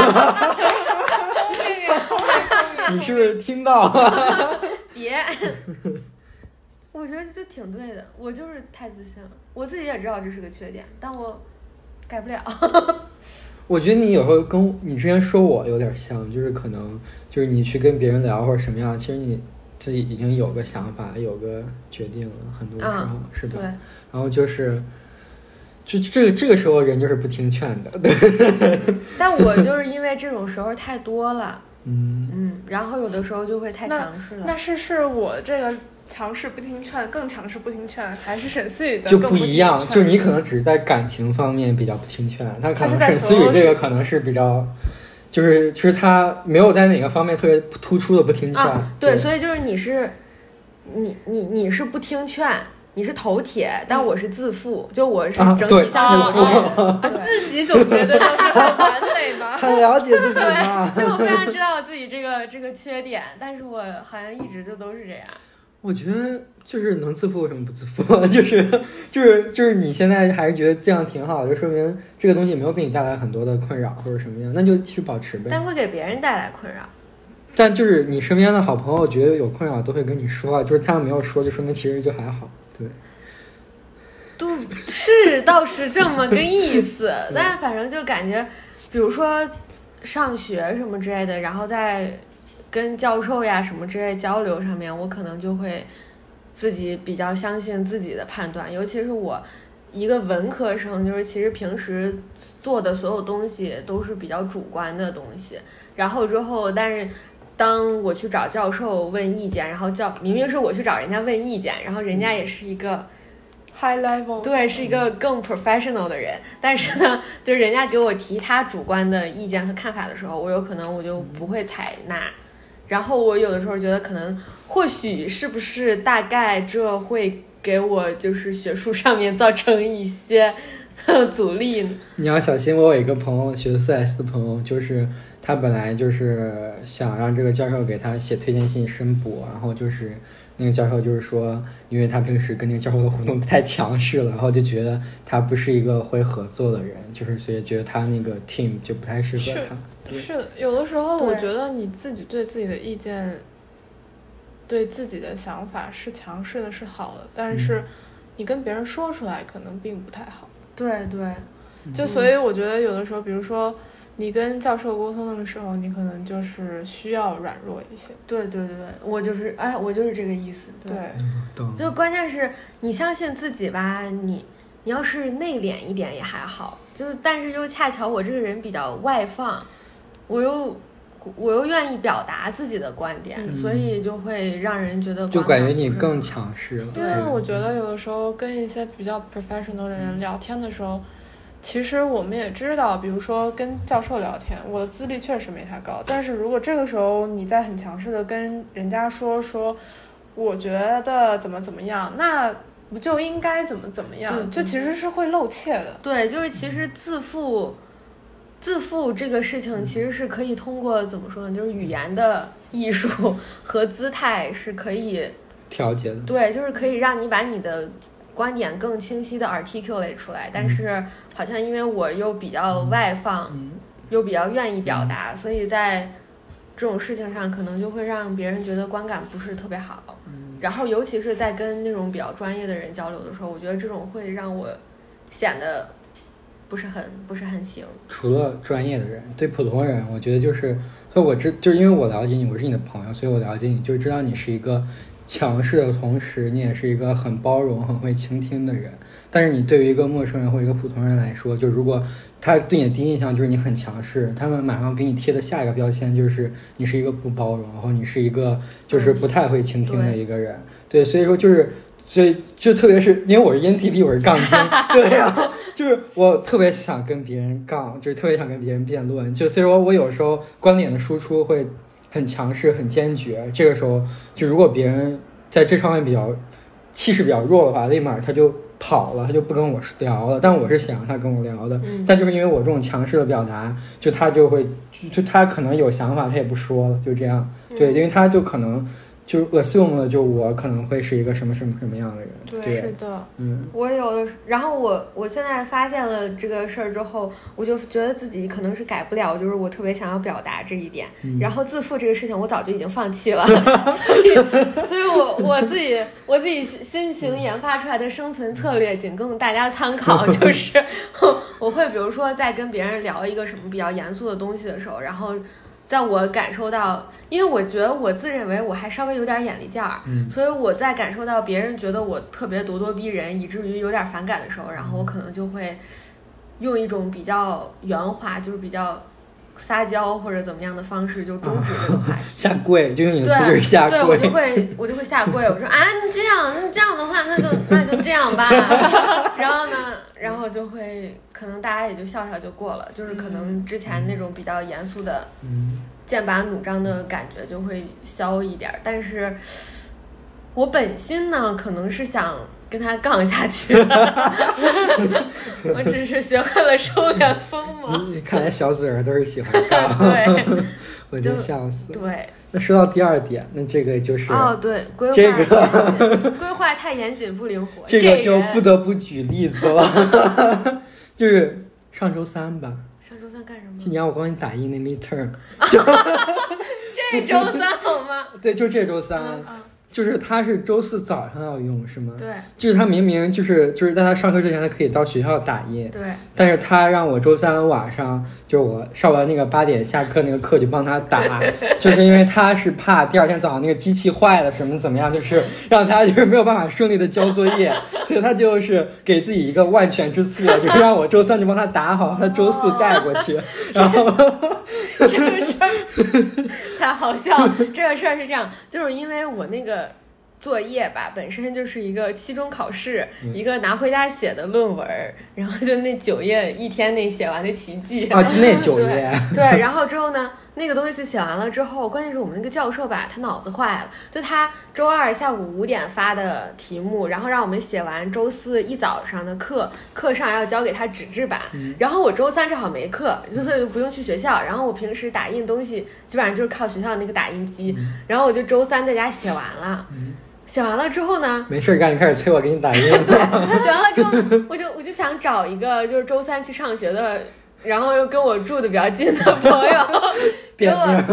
你是不是听到了？ 别。我觉得这挺对的，我就是太自信了，我自己也知道这是个缺点，但我改不了。 我觉得你有时候跟你之前说我有点像，就是可能就是你去跟别人聊或者什么样，其实你自己已经有个想法，有个决定了，很多时候是吧？然后就是就这个时候人就是不听劝的。 但我就是因为这种时候太多了。然后有的时候就会太强势了。 那是我这个强势不听劝，更强势不听劝，还是沈思雨的就不一样？就你可能只是在感情方面比较不听劝，他可能沈思雨这个可能是比较，就是他没有在哪个方面特别突出的不听劝。 对，所以就是你是不听劝。你是头铁，但我是自负，就我是整体向上自己总结的都是很完美吗？ 很了解自己嘛。 就我非常知道我自己这个缺点，但是我好像一直就都是这样。 我觉得就是能自负为什么不自负？就是你现在还是觉得这样挺好的，就说明这个东西没有给你带来很多的困扰或者什么样，那就继续保持呗。 但会给别人带来困扰。 但就是你身边的好朋友觉得有困扰都会跟你说，就是他们没有说，就说明其实就还好。对， 是倒是这么个意思，但反正就感觉，比如说上学什么之类的，然后在跟教授呀什么之类交流上面，我可能就会自己比较相信自己的判断，尤其是我一个文科生，就是其实平时做的所有东西都是比较主观的东西，然后之后但是当我去找教授问意见，然后明明是我去找人家问意见，然后人家也是一个 high level， 对，是一个更 professional 的人，但是呢，就人家给我提他主观的意见和看法的时候，我有可能我就不会采纳，然后我有的时候觉得可能或许是不是大概这会给我就是学术上面造成一些阻力。 你要小心，我有一个朋友学 4S 的朋友，就是他本来就是想让这个教授给他写推荐信申博，然后就是那个教授就是说，因为他平时跟那个教授的互动太强势了，然后就觉得他不是一个会合作的人，就是所以觉得他那个 team 就不太适合他。 是的，有的时候我觉得你自己对自己的意见对自己的想法是强势的是好的，但是你跟别人说出来可能并不太好。 对对， 就所以我觉得有的时候比如说你跟教授沟通的时候，你可能就是需要软弱一些。 对对对，我就是这个意思。对，就关键是你相信自己吧，你要是内敛一点也还好，但是又恰巧我这个人比较外放，我又愿意表达自己的观点，所以就会让人觉得就感觉你更强势了。 因为我觉得有的时候跟一些比较 professional 的人聊天的时候，其实我们也知道，比如说跟教授聊天，我的资历确实没他高，但是如果这个时候你在很强势的跟人家说我觉得怎么样，那不就应该怎么样，就其实是会露怯的。 对，就是其实自负这个事情其实是可以通过怎么说呢，就是语言的艺术和姿态是可以调节的。 对，就是可以让你把你的观点更清晰的 articulate 出来，但是好像因为我又比较外放，又比较愿意表达，所以在这种事情上可能就会让别人觉得观感不是特别好。然后尤其是在跟那种比较专业的人交流的时候，我觉得这种会让我显得不是很行。 除了专业的人，对普通人，我觉得就是，所以就是因为我了解你，我是你的朋友，所以我了解你，就知道你是一个强势的同时，你也是一个很包容、很会倾听的人。但是你对于一个陌生人或者一个普通人来说，就如果他对你的第一印象就是你很强势，他们马上给你贴的下一个标签就是你是一个不包容，然后你是一个就是不太会倾听的一个人。对，所以说所以就特别是因为我是 ENTP， 我是杠精，对呀，就是我特别想跟别人杠，就是特别想跟别人辩论，所以说我有时候观点的输出会很强势、很坚决。这个时候，就如果别人在这方面气势比较弱的话，立马他就跑了，他就不跟我聊了。但我是想让他跟我聊的，但就是因为我这种强势的表达，就他就会就他可能有想法，他也不说了，就这样。对，因为他就可能就 assume 了，就我可能会是一个什么样的人。 对，是的， 我然后我现在发现了这个事儿之后，我就觉得自己可能是改不了，就是我特别想要表达这一点，然后自负这个事情我早就已经放弃了，所以我自己新型研发出来的生存策略仅供大家参考，就是我会比如说在跟别人聊一个什么比较严肃的东西的时候，然后在我感受到，因为我觉得我自认为我还稍微有点眼力劲儿，所以我在感受到别人觉得我特别咄咄逼人，以至于有点反感的时候，然后我可能就会用一种比较圆滑，就是比较撒娇或者怎么样的方式就终止这个话题。 下跪，就用你的词就是下跪。 对，我就会下跪，我说啊，你这样的话，那就这样吧。然后就会可能大家也就笑笑就过了，就是可能之前那种比较严肃的剑拔弩张的感觉就会消一点，但是我本心呢可能是想跟他杠下去我只是学会了收敛锋芒。 看来小紫人都是喜欢杠对我真笑死。 对， 那说到第二点，那这个就是对，规划这个规划太严谨不灵活， 这个就不得不举例子了就是上周三吧。 上周三干什么？ 今年我帮你打印那 midterm 这周三好吗？ 对，就这周三就是他是周4早上要用是吗？ 对， 就是他明明就是在他上课之前他可以到学校打印， 对， 但是他让我周3晚上就是我上完那个8点下课那个课就帮他打就是因为他是怕第二天早上那个机器坏了什么怎么样，就是让他就是没有办法顺利的交作业所以他就是给自己一个万全之策，就是让我周3就帮他打好，他周4带过去然后这个事儿太好笑了。这个事儿是这样，就是因为我那个作业吧本身就是一个期中考试一个拿回家写的论文，然后就那9页一天内写完的奇迹就那9页对，然后之后呢那个东西写完了之后，关键是我们那个教授吧他脑子坏了，就他周2下午5点发的题目，然后让我们写完周4一早上的课上要交给他纸质版然后我周3正好没课，所以不用去学校，然后我平时打印东西基本上就是靠学校那个打印机然后我就周3在家写完了写完了之后呢没事干，你开始催我给你打印写完了之后我就想找一个就是周3去上学的，然后又跟我住的比较近的朋友给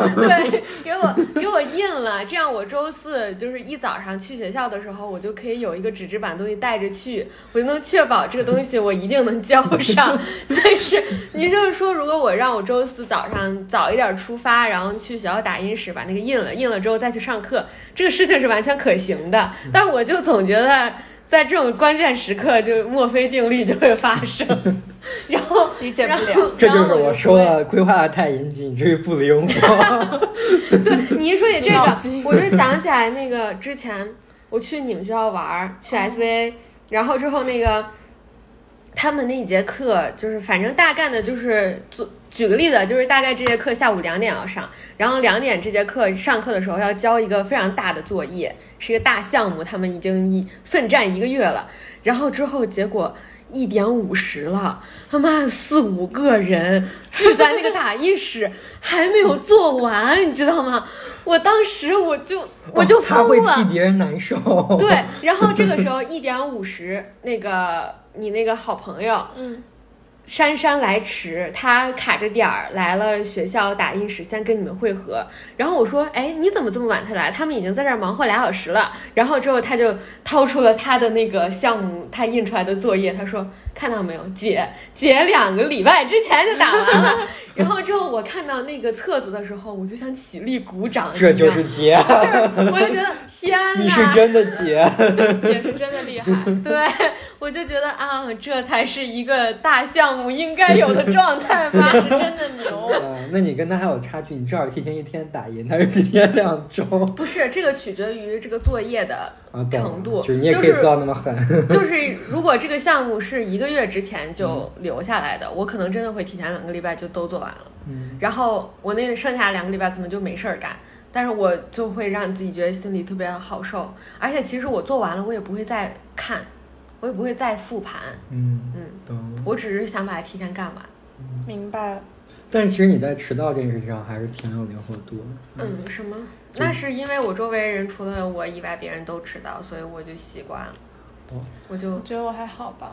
我印了，这样我周4就是一早上去学校的时候我就可以有一个纸质版东西带着去，我就能确保这个东西我一定能交上但是你就是说如果我让我周4早上早一点出发，然后去学校打印室把那个印了之后再去上课，这个事情是完全可行的，但是我就总觉得在这种关键时刻就墨菲定律就会发生然后理解不了， 这就是我说了规划的太严谨，至于不灵活对，你一说起这个我就想起来那个之前我去你们学校玩去 SVA 然后之后那个他们那一节课就是反正大概的就是举个例子，就是大概这节课下午2点要上，然后2点这节课上课的时候要交一个非常大的作业，是一个大项目，他们已经奋战1个月了，然后之后结果1点50了，他妈4、5个人聚在那个打印室还没有做完你知道吗？我当时我就疯了， 他会替别人难受对，然后这个时候1点50那个你那个好朋友姗姗来迟，他卡着点儿来了学校打印室先跟你们会合，然后我说哎你怎么这么晚才来，他们已经在这儿忙活2小时了，然后之后他就掏出了他的那个项目他印出来的作业，他说看到没有姐2个礼拜之前就打完了然后之后我看到那个册子的时候我就想起立鼓掌， 这就是姐我就觉得天哪你是真的姐姐是真的厉害对，我就觉得这才是一个大项目应该有的状态吧是真的牛那你跟他还有差距，你至少提前1天打印，他是提前2周。 不是，这个取决于这个作业的程度就是你也可以做到那么狠就是如果这个项目是1个月之前就留下来的我可能真的会提前2个礼拜就都做完了然后我那剩下2个礼拜可能就没事儿干，但是我就会让自己觉得心里特别好受，而且其实我做完了我也不会再看，我也不会再复盘我只是想把它提前干完明白了。 但是其实你在迟到这件事情上还是挺有灵活度的是吗？那是因为我周围人除了我以外别人都迟到，所以我就习惯了我觉得我还好吧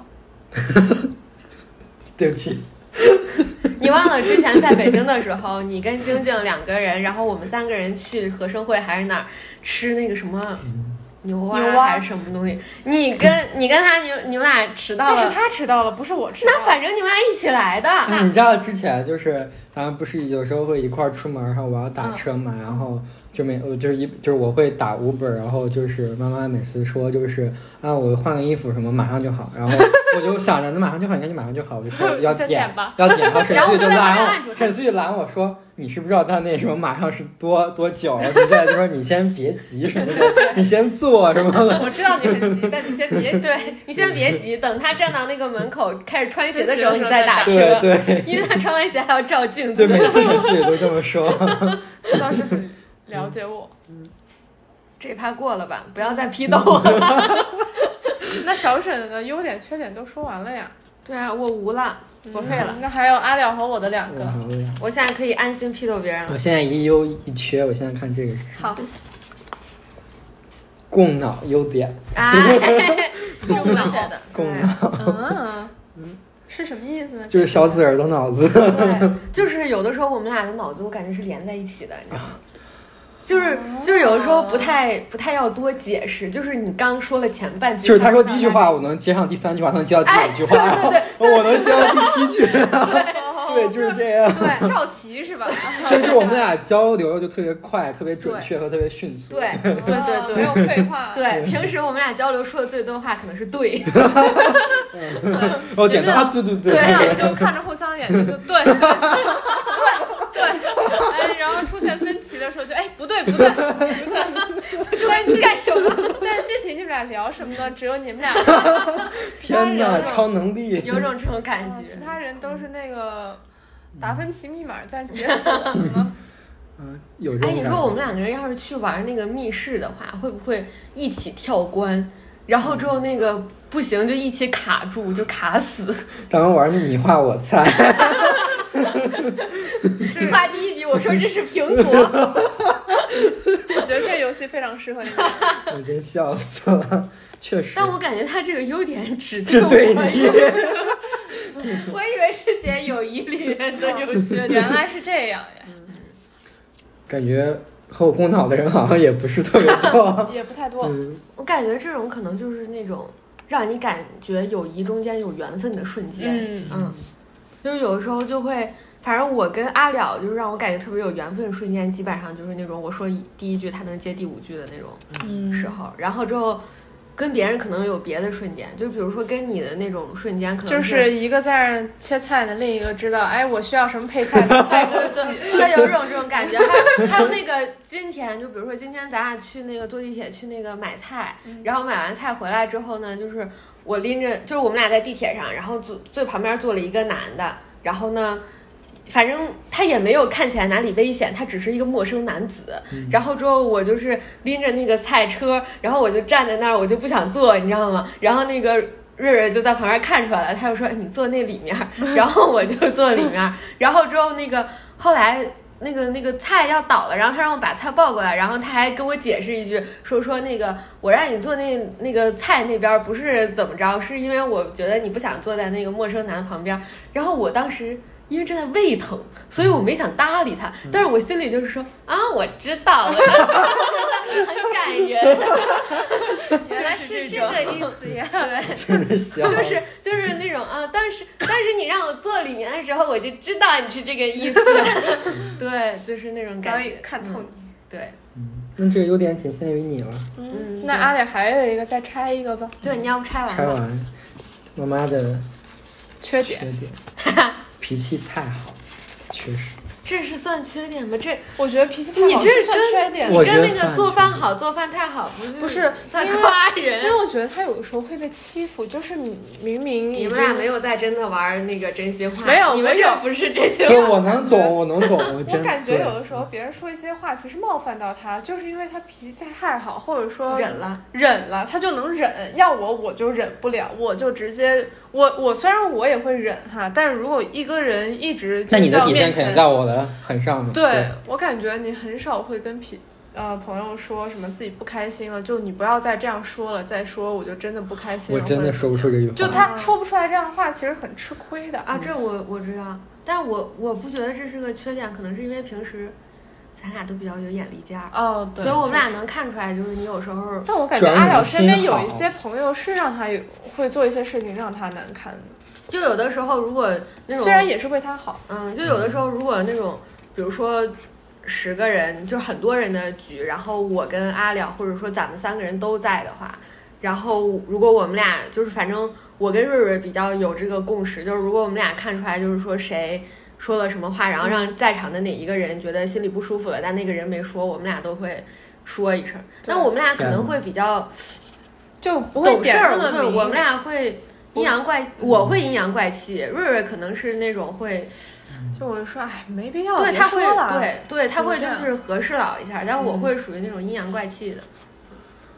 对不起你忘了之前在北京的时候你跟晶晶2个人，然后我们3个人去合生汇还是哪儿吃那个什么牛蛙还是什么东西，你跟他你们俩迟到了， 但是他迟到了不是我迟到了， 那反正你们俩一起来的你知道之前就是咱们不是有时候会一块出门，然后我要打车嘛然后就是我会打Uber，然后就是妈妈每次说就是我换个衣服什么马上就好，然后我就想着那马上就好应该就马上就好，我就说要点然后沈旭就拦我说你是不知道他那什么马上是多久，你在就说你先别急什么的你先坐什么的我知道你很急但你先别对你先别急等他站到那个门口开始穿鞋的时候你再打车对因为他穿完鞋还要照镜对子每次沈旭也都这么说倒是很了解我这一趴过了吧，不要再批斗了。 那小沈的优点缺点都说完了呀？ 对啊，我无了，我废了。 那还有阿廖和我的2个， 我现在可以安心批斗别人了。 我现在一优一缺，我现在看这个是好。 供脑优点。 供脑的。 供脑。 是什么意思呢？ 就是小紫儿的脑子。 对，就是有的时候我们俩的脑子，我感觉是连在一起的，你知道吗？就是有的时候不太要多解释，就是你刚说了前半句， 就是他说第1句话，我能接上第3句话，能接到第5句话，我能接到第7句。对，就是这样。 对，跳棋是吧？ 就是我们俩交流就特别快、特别准确和特别迅速。 对， 没有废话。 对，平时我们俩交流说的最多的话可能是对。 我点到对。 对，我们就看着互相眼睛就对。哎，然后出现分歧的时候就不对。但是干什么？但是具体你们俩聊什么呢？只有你们俩。 天哪，超能力！ 有种这种感觉。 其他人都是那个达芬奇密码在解锁了。 有这种感觉。 你说我们2个人要是去玩那个密室的话，会不会一起跳关？然后之后那个不行就一起卡住，就卡死。 咱们玩你画我猜。 你画第1笔，我说这是苹果。 我觉得这游戏非常适合你。 我真笑死了，确实。 但我感觉他这个优点只对你。 我以为是写友谊里面的优缺点， 原来是这样呀。 感觉和我供脑的人好像也不是特别多， 也不太多。 我感觉这种可能就是那种让你感觉友谊中间有缘分的瞬间。就是有的时候就会，反正我跟阿了就是让我感觉特别有缘分的瞬间，基本上就是那种我说第1句他能接第5句的那种时候，然后之后跟别人可能有别的瞬间，就比如说跟你的那种瞬间，可能就是一个在那切菜的，另一个知道我需要什么配菜，菜给我洗， 他有这种感觉。还有那个今天，就比如说今天咱俩去那个坐地铁去那个买菜，然后买完菜回来之后呢，就是我拎着，就是我们俩在地铁上，然后最旁边坐了一个男的，然后呢反正他也没有看起来哪里危险，他只是一个陌生男子。然后之后我就是拎着那个菜车，然后我就站在那儿，我就不想坐，你知道吗？然后那个瑞瑞就在旁边看出来了，他就说你坐那里面，然后我就坐里面。然后之后那个后来那个菜要倒了，然后他让我把菜抱过来，然后他还跟我解释一句，说那个我让你坐那个菜那边不是怎么着，是因为我觉得你不想坐在那个陌生男旁边。然后我当时因为正在胃疼，所以我没想搭理他，但是我心里就是说我知道了，很感人。 原来是这个意思呀！ 对， 真的笑， 就是那种但是你让我坐里面的时候，我就知道你是这个意思。对，就是那种感觉， 看透你。 对， 那这个优点仅限于你了。 那阿里还有一个，再拆一个吧。 对，你要不拆完？ 拆完，妈妈的缺点。 脾气太好，确实。 这是算缺点吗？这我觉得脾气太好， 你这算缺点。 你跟那个做饭好、做饭太好不是在夸人？ 因为我觉得他有的时候会被欺负，就是明明你们俩没有在真的玩那个真心话， 没有， 你们这不是真心话。 我能懂，我能懂。 我感觉有的时候别人说一些话，其实冒犯到他，就是因为他脾气太好，或者说忍了， 他就能忍。要我就忍不了，我就直接我虽然我也会忍哈，但是如果一个人一直在你的底线肯定在我的很上面。 对，我感觉你很少会跟朋友说什么自己不开心了，就你不要再这样说了，再说我就真的不开心了。 我真的说不出这句话。 就他说不出来这样的话，其实很吃亏的啊。这我知道，但我不觉得这是个缺点，可能是因为平时咱俩都比较有眼力见儿对， 所以我们俩能看出来，就是你有时候。 但我感觉阿了身边有一些朋友是让他会做一些事情让他难堪的。 就有的时候如果那种虽然也是为他好， 就有的时候如果那种比如说10个人就很多人的局，然后我跟阿了或者说咱们3个人都在的话，然后如果我们俩就是反正我跟瑞瑞比较有这个共识，就是如果我们俩看出来就是说谁说了什么话，然后让在场的哪一个人觉得心里不舒服了，但那个人没说，我们俩都会说一声。那我们俩可能会比较就不会懂事儿，我们俩会阴阳怪，我会阴阳怪气，瑞瑞可能是那种会。 就我说，没必要。 对，他会，对，他会就是和事佬一下，但我会属于那种阴阳怪气的。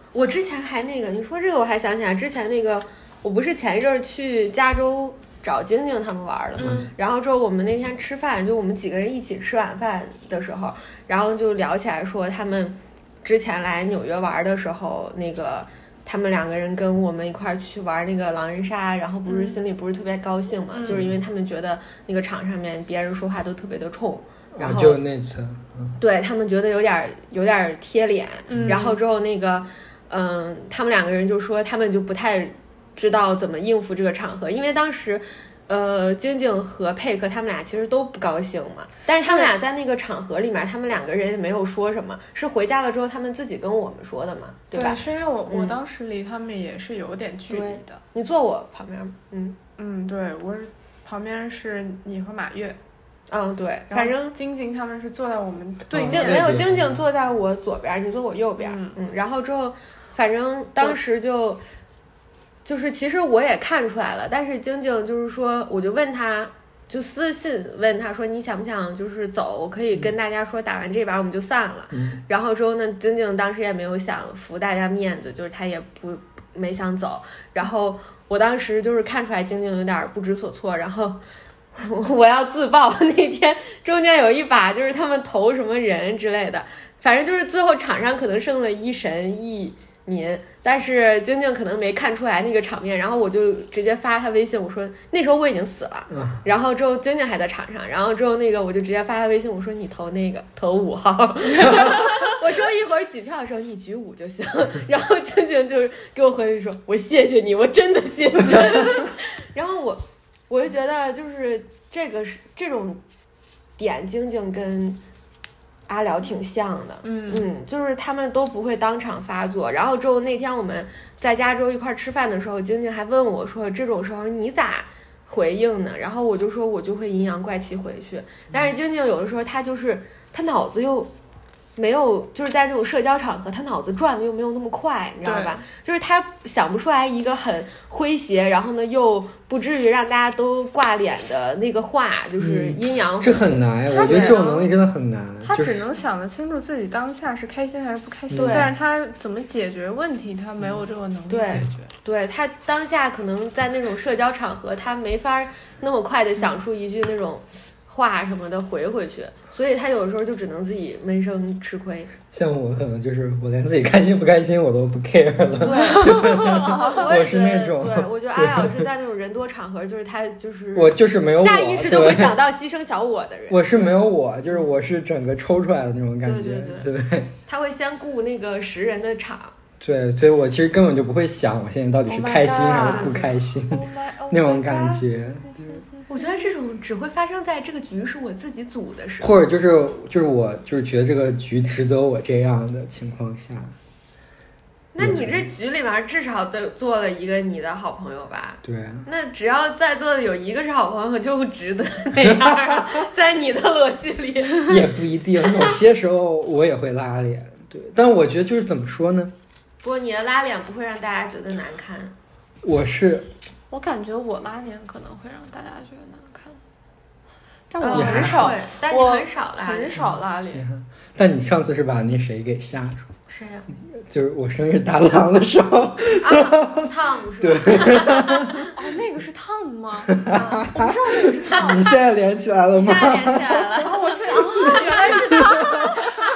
我之前还那个，你说这个我还想起来，之前那个我不是前一阵去加州找晶晶他们玩的嘛，然后之后我们那天吃饭，就我们几个人一起吃晚饭的时候，然后就聊起来说他们之前来纽约玩的时候，那个他们2个人跟我们一块去玩那个狼人杀，然后不是心里不是特别高兴嘛，就是因为他们觉得那个场上面别人说话都特别的冲，然后就那次， 对他们觉得有点贴脸，然后之后那个他们2个人就说他们就不太知道怎么应付这个场合，因为当时晶晶和佩克他们俩其实都不高兴嘛，但是他们俩在那个场合里面，他们2个人也没有说什么，是回家了之后他们自己跟我们说的嘛，对吧？ 对，是因为我当时离他们也是有点距离的。 你坐我旁边， 对，我是旁边是你和马月。 对，反正晶晶他们是坐在我们对面，没有晶晶坐在我左边，你坐我右边，然后之后，反正当时就是其实我也看出来了，但是晶晶就是说，我就问他，就私信问他说你想不想就是走，我可以跟大家说打完这把我们就散了。然后之后呢，晶晶当时也没有想服大家面子，就是他也没想走。然后我当时就是看出来晶晶有点不知所措，然后我要自爆，那天中间有一把就是他们投什么人之类的，反正就是最后场上可能剩了一神一民，但是晶晶可能没看出来那个场面，然后我就直接发他微信，我说那时候我已经死了，然后之后晶晶还在场上，然后之后那个我就直接发他微信，我说你投5号我说一会儿举票的时候你举5就行，然后晶晶就给我回去说我谢谢你，我真的谢谢然后我就觉得就是这种点晶晶跟阿辽挺像的，就是他们都不会当场发作。然后之后那天我们在加州一块吃饭的时候，晶晶还问我说这种时候你咋回应呢？然后我就说我就会阴阳怪气回去。但是晶晶有的时候她脑子又没有，就是在这种社交场合他脑子转的又没有那么快，你知道吧？就是他想不出来一个很诙谐，然后呢又不至于让大家都挂脸的那个话，就是阴阳这很难，我觉得这种能力真的很难。 他只能想得清楚自己当下是开心还是不开心，但是他怎么解决问题他没有这个能力解决。 对，他当下可能在那种社交场合他没法那么快的想出一句那种话什么的回去，所以他有时候就只能自己闷声吃亏。 像我可能就是我连自己开心不开心我都不 care 了。 对我是那种， 对，我觉得阿辽是在那种人多场合，就是他就是我就是没有我下意识的会想到牺牲小我的人。 我是没有我，就是我是整个抽出来的那种感觉。对， 他会先顾那个10人的场。 对，所以我其实根本就不会想我现在到底是开心还是不开心那种感觉。 我觉得这种只会发生在这个局是我自己组的时候， 或者就是我就是觉得这个局值得我这样的情况下。 那你这局里面至少都做了一个你的好朋友吧？ 对。 那只要在座的有一个是好朋友，就值得那样。在你的逻辑里， 也不一定，有些时候我也会拉脸。对，但我觉得就是怎么说呢？ 不过你的拉脸不会让大家觉得难看。 我感觉我拉脸可能会让大家觉得难看，但我很少， 但你很少拉脸。 但你上次是把那谁给吓住？ 谁呀？ 就是我生日大郎的时候。 汤姆是吧？ 对。 那个是汤姆吗？我不知道那个是汤姆。 你现在连起来了吗？ 现在连起来了。 然后我现在原来是他。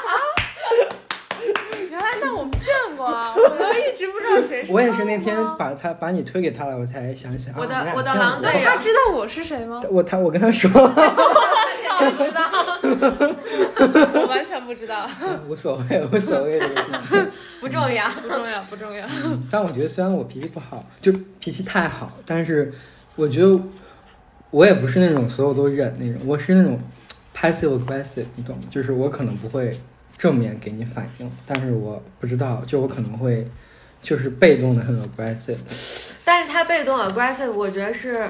那我们见过啊，我都一直不知道谁是。 我也是那天把你推给他了，我才想起我的狼队， 他知道我是谁吗？ 我跟他说。 他不知道。 我完全不知道。 无所谓的不重要。 但我觉得虽然我脾气不好，就脾气太好，但是我觉得我也不是那种所有都忍那种，我是那种 passive aggressive， 你懂吗？就是我可能不会正面给你反应，但是我不知道，就我可能会就是被动的很 aggressive。 但是他被动 aggressive， 我觉得是，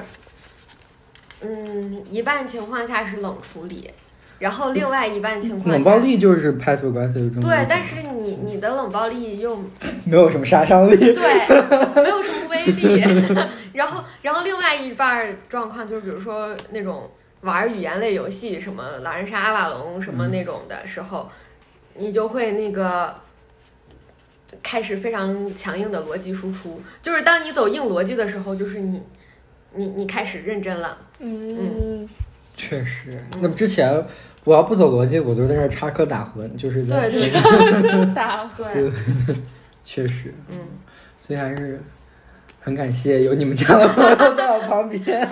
一半情况下是冷处理，然后另外一半情况下冷暴力就是 passive aggressive。 对，但是你的冷暴力又没有什么杀伤力， 对，没有什么威力。然后另外一半状况就是，比如说那种玩语言类游戏，什么狼人杀、阿瓦隆什么那种的时候。你就会那个， 开始非常强硬的逻辑输出，就是当你走硬逻辑的时候，就是你开始认真了。 确实。那么之前我要不走逻辑，我就在那插科打诨，就是在对打对， 确实，所以还是很感谢有你们这样的朋友在我旁边，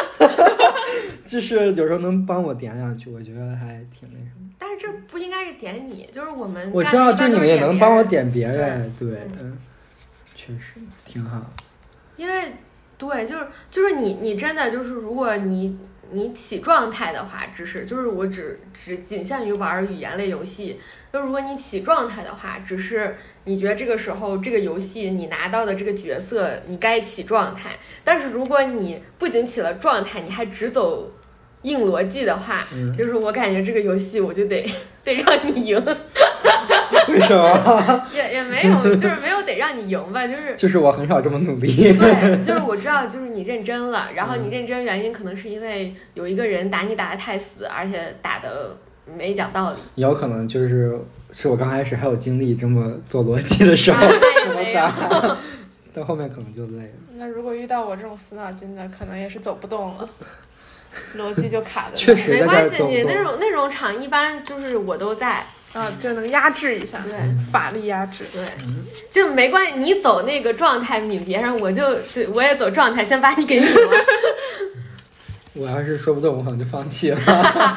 就是有时候能帮我点两句，我觉得还挺那什么。 但是这不应该是点你，就是我知道，就是你们也能帮我点别人，对，确实挺好。 因为对，就是你真的就是如果你起状态的话，就是我只仅限于玩语言类游戏。就如果你起状态的话，只是你觉得这个时候这个游戏你拿到的这个角色你该起状态，但是如果你不仅起了状态，你还只走硬逻辑的话，就是我感觉这个游戏我就得让你赢。 为什么？ 也没有，就是没有得让你赢吧， 就是我很少这么努力。 对，就是我知道，就是你认真了，然后你认真原因可能是因为有一个人打你打得太死，而且打得没讲道理。 有可能是我刚开始还有精力这么做逻辑的时候， 我打，到后面可能就累了。 那如果遇到我这种死脑筋的，可能也是走不动了。逻辑就卡的， 确实没关系，你那种场一般就是我都在啊，就能压制一下， 对， 法力压制， 对，就没关系。你走那个状态抿别人，我也走状态，先把你给抿了。 我要是说不动，我可能就放弃了。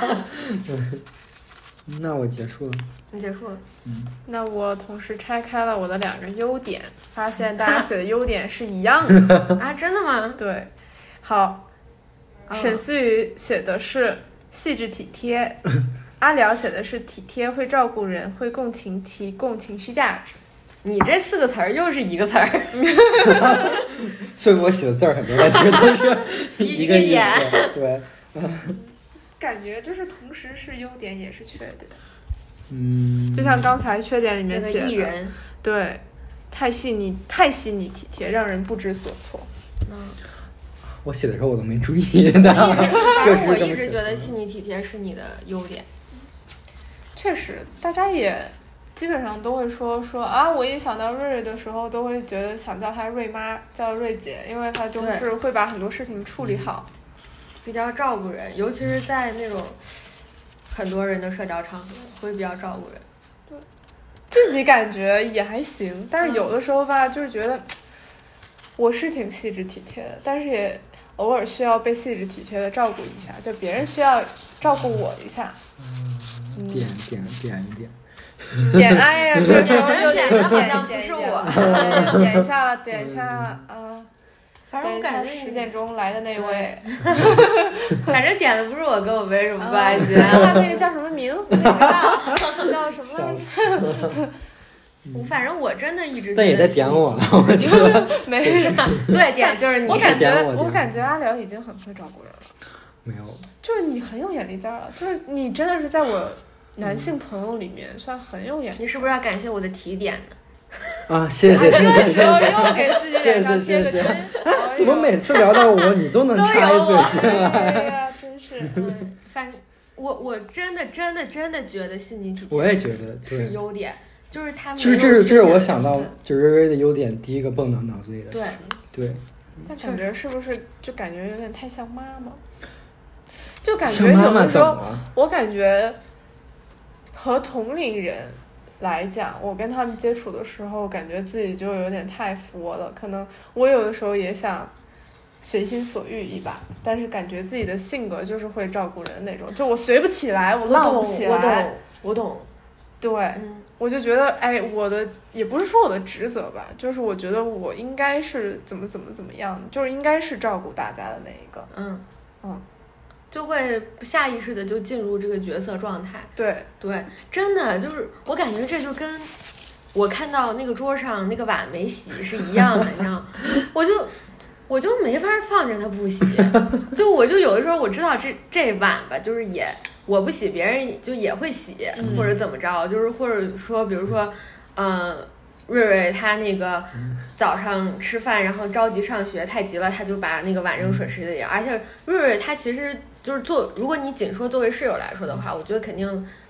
那我结束了。 你结束了。 那我同时拆开了我的2个优点，发现大家写的优点是一样的啊？真的吗？ 对，好。沈思雨写的是细致体贴，阿辽写的是体贴，会照顾人，会共情，提供情绪价值。 你这4个词儿又是一个词儿， 所以我写的字儿很多，但其实都是一个意思。对， 感觉就是同时是优点也是缺点。就像刚才缺点里面写的， 艺人， 对，太细腻体贴，让人不知所措。 我写的时候我都没注意的。 我一直觉得细腻体贴是你的优点。 确实，大家也基本上都会说啊，我一想到瑞瑞的时候，都会觉得想叫她瑞妈，叫瑞姐，因为她就是会把很多事情处理好， 比较照顾人，尤其是在那种很多人的社交场合，会比较照顾人。 对，自己感觉也还行，但是有的时候吧，就是觉得我是挺细致体贴的，但是也偶尔需要被细致体贴的照顾一下，就别人需要照顾我一下。 点一点。 点哎呀，这时候又点的好像不是我。 点一下啊。 反正我感觉 10点钟来的那位， 反正点的不是我，跟我没什么关系。 他那个叫什么名？不知道叫什么来着？ 反正我真的一直。 但也在点我了，我觉得没啥。 对，点就是你。 我感觉阿辽已经很会照顾人了。 没有。 就是你很有眼力劲儿了，就是你真的是在我男性朋友里面算很有眼力。 你是不是要感谢我的提点呢？ 啊，谢谢。 又给自己脸上贴个金。 怎么每次聊到我，你都能插一嘴进来？ 哎呀，真是。 反正我真的觉得细腻体贴， 我也觉得是优点，就是他们。 就是这是我想到就是瑞瑞的优点，第一个蹦到脑子里的。对。 但感觉是不是就感觉有点太像妈妈？就感觉有的时候，我感觉和同龄人来讲，我跟他们接触的时候，感觉自己就有点太佛了。可能我有的时候也想随心所欲一把，但是感觉自己的性格就是会照顾人的那种，就我随不起来，我浪不起来。 我懂。 对，我就觉得，哎，我的也不是说我的职责吧，就是我觉得我应该是怎么样，就是应该是照顾大家的那一个。 就会下意识的就进入这个角色状态。 对， 真的就是我感觉这就跟我看到那个桌上那个碗没洗是一样的，你知道吗？我就没法放着它不洗，就我就有的时候我知道这碗吧，就是我不洗，别人就也会洗，或者怎么着，就是或者说比如说瑞瑞他那个早上吃饭然后着急上学太急了，他就把那个碗扔水池里，而且瑞瑞他其实就是如果你仅说作为室友来说的话，我觉得肯定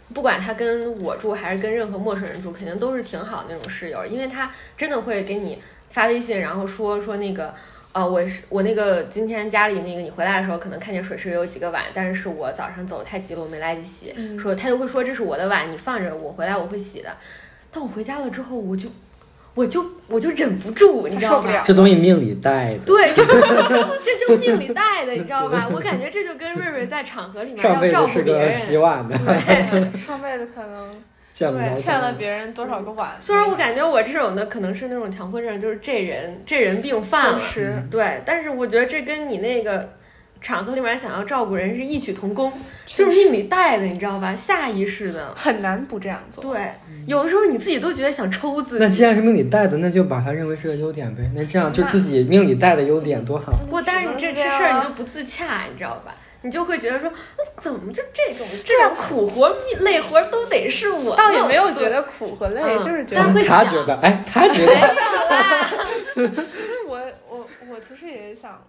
不管他跟我住还是跟任何陌生人住，肯定都是挺好的那种室友，因为他真的会给你发微信，然后说那个我那个今天家里那个你回来的时候可能看见水池有几个碗，但是我早上走太急了，我没来得及洗，说他就会说这是我的碗，你放着，我回来我会洗的。但我回家了之后，我就忍不住，你知道吧？ 这东西命里带的。 对，这就命里带的，你知道吧？我感觉这就跟瑞瑞在场合里面要照顾别人。 洗碗的。 对， 上辈子可能对欠了别人多少个碗。 所以说我感觉我这种的可能是那种强迫症，就是这人病犯了。对，但是我觉得这跟你那个场合里面想要照顾人是异曲同工，就是命里带的，你知道吧？下意识的， 很难不这样做。 对，有的时候你自己都觉得想抽自己。 那既然是命里带的，那就把它认为是个优点呗。那这样就自己命里带的优点多好。 不，但是你这事儿你就不自洽，你知道吧？你就会觉得说，怎么就这种苦活累活都得是我？ 倒也没有觉得苦和累，就是觉得他觉得，他觉得。 没有啦。 我其实也想。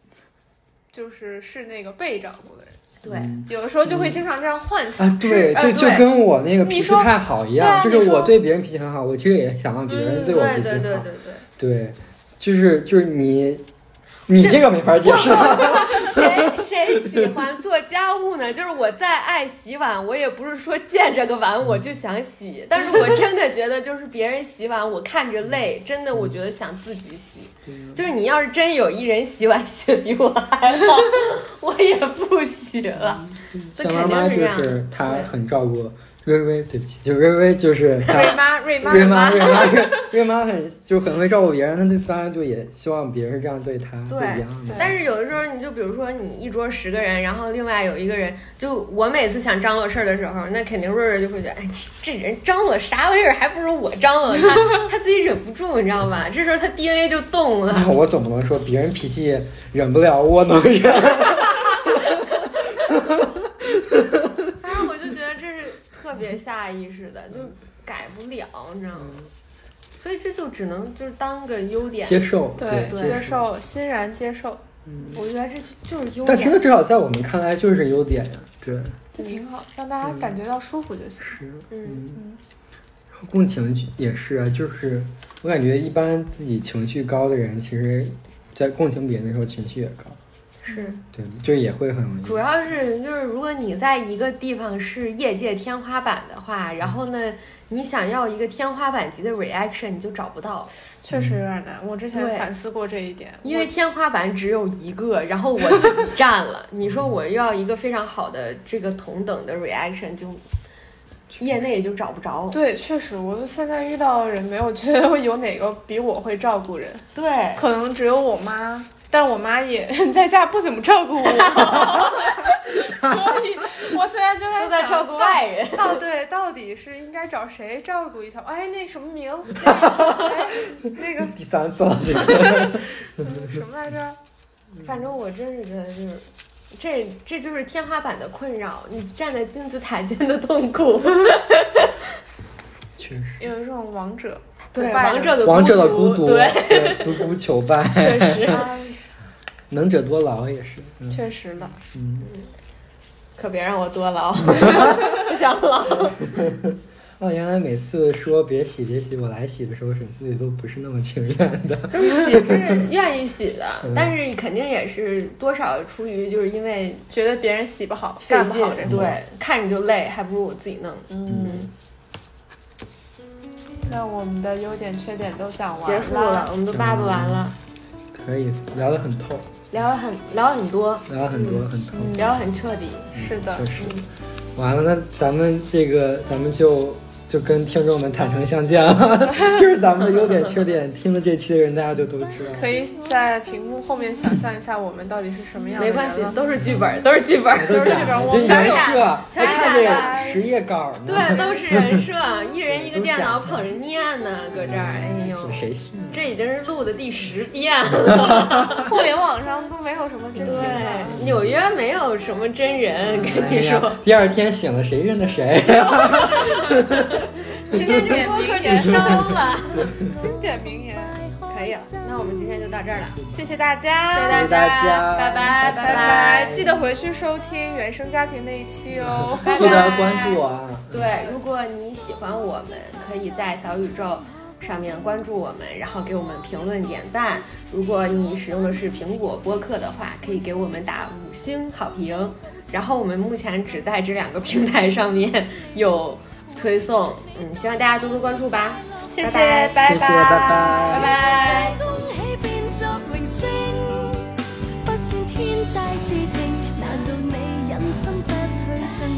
是那个被照顾的人， 对， 有的时候就会经常这样幻想。 对，就跟我那个脾气太好一样，就是我对别人脾气很好，我其实也想让别人对我脾气好。对，就是你这个没法解释。 谁喜欢做家务呢？就是我再爱洗碗，我也不是说见这个碗我就想洗，但是我真的觉得就是别人洗碗我看着累，真的我觉得想自己洗。就是你要是真有一人洗碗洗得比我还好，我也不洗了。 像妈妈就是她很照顾瑞，对不起，就瑞就是瑞妈很会照顾别人，那当然就也希望别人是这样对她，对一样的。 但是有的时候你就比如说你一桌10个人，然后另外有一个人，就我每次想张罗事儿的时候，那肯定瑞瑞就会觉得，哎，这人张罗啥玩意儿，还不如我张罗，他自己忍不住，你知道吧？这时候他 DNA 就动了。 我总不能说别人脾气忍不了，我能忍。 特别下意识的就改不了，你知道吗？所以这就只能就是当个优点接受， 对，接受，欣然接受。 我觉得这就是优点。 但真的至少在我们看来就是优点呀，对， 这挺好，让大家感觉到舒服就行。 共情也是啊，就是我感觉一般自己情绪高的人，其实在共情别人的时候情绪也高。 是对，就也会很容易。 主要是就是如果你在一个地方是业界天花板的话，然后呢，你想要一个天花板级的 reaction， 你就找不到。 确实有点难，我之前反思过这一点。 因为天花板只有一个，然后我自己占了。你说我要一个非常好的这个同等的 reaction， 就业内就找不着。 对，确实，我现在遇到人没有觉得有哪个比我会照顾人。 对， 可能只有我妈。但我妈也在家不怎么照顾我，所以我现在就在照顾外人。 到底是应该找谁照顾一下？哎，那什么名？那个第3次了，这个什么来着？ 反正我真是觉得就是这就是天花板的困扰，你站在金字塔尖的痛苦。 确实有一种王者， 对王者的孤独， 对， 独孤求败。 确实。 能者多劳也是， 确实的， 可别让我多劳，不想劳。 原来每次说别洗，我来洗的时候，沈思雨都不是那么情愿的。 就是洗是愿意洗的，但是肯定也是多少出于就是因为觉得别人洗不好， 干不好这对，看着就累，还不如我自己弄。 那我们的优点缺点都讲完了，结束了，我们都扒不完了。 可以聊得很透， 聊很多， 很透， 聊很彻底。 是的， 完了，那咱们就跟听众们坦诚相见，就是咱们的优点缺点，听了这期的人大家就都知道。 可以在屏幕后面想象一下我们到底是什么样的人。 没关系，都是剧本。我们就人设，还看这10页稿呢。 对，都是人设，一人一个电脑捧着念呢，搁这儿。哎呦， 谁信？ 这已经是录的第10遍了。 互联网上都没有什么真情了， 纽约没有什么真人，跟你说。 第2天醒了，谁认得谁？ 今天这播客就收了。 经典名言。 可可以了，那我们今天就到这儿了， 谢谢大家， 谢谢大家， 拜拜拜拜，记得回去收听原生家庭那一期哦， 记得关注我啊。 对，如果你喜欢我们，可以在小宇宙上面关注我们，然后给我们评论点赞。如果你使用的是苹果播客的话，可以给我们打5星好评。然后我们目前只在这2个平台上面有推送，希望大家多多关注吧。 谢谢，拜拜， 谢谢，拜拜， 拜拜。 恭喜變作明星，不算天大事情，難道你忍心不去贈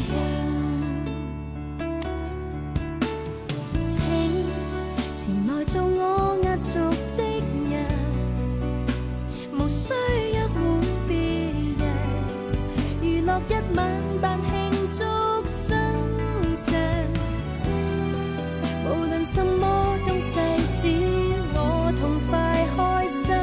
慶？請前來做我壓軸的人，無需約會別人，娛樂一晚扮慶祝生辰，無論什麼東西使我痛快開心，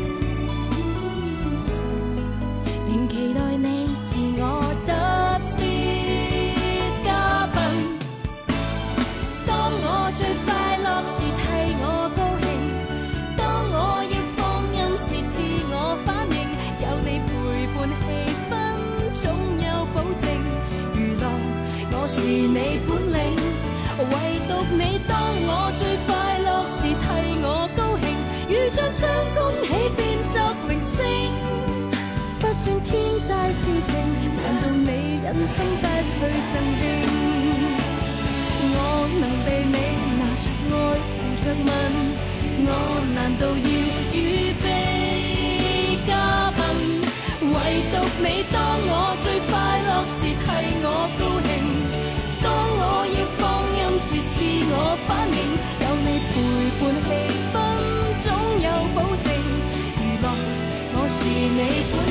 仍期待你是我特別嘉賓。當我最快樂時替我高興，當我要放任時似我反應，有你陪伴氣氛總有保證，娛樂我是你本領，唯獨你當我最快樂時替我高興，如像將恭喜變作明星，不算天大事情，難道你忍心不去贈慶？我能被你拿着愛扶着問，我難道要預備嘉賓？唯獨你當我最快樂時替我高興，當我要放任時似我反應，有你陪伴氣氛總有保證，娛樂我是你本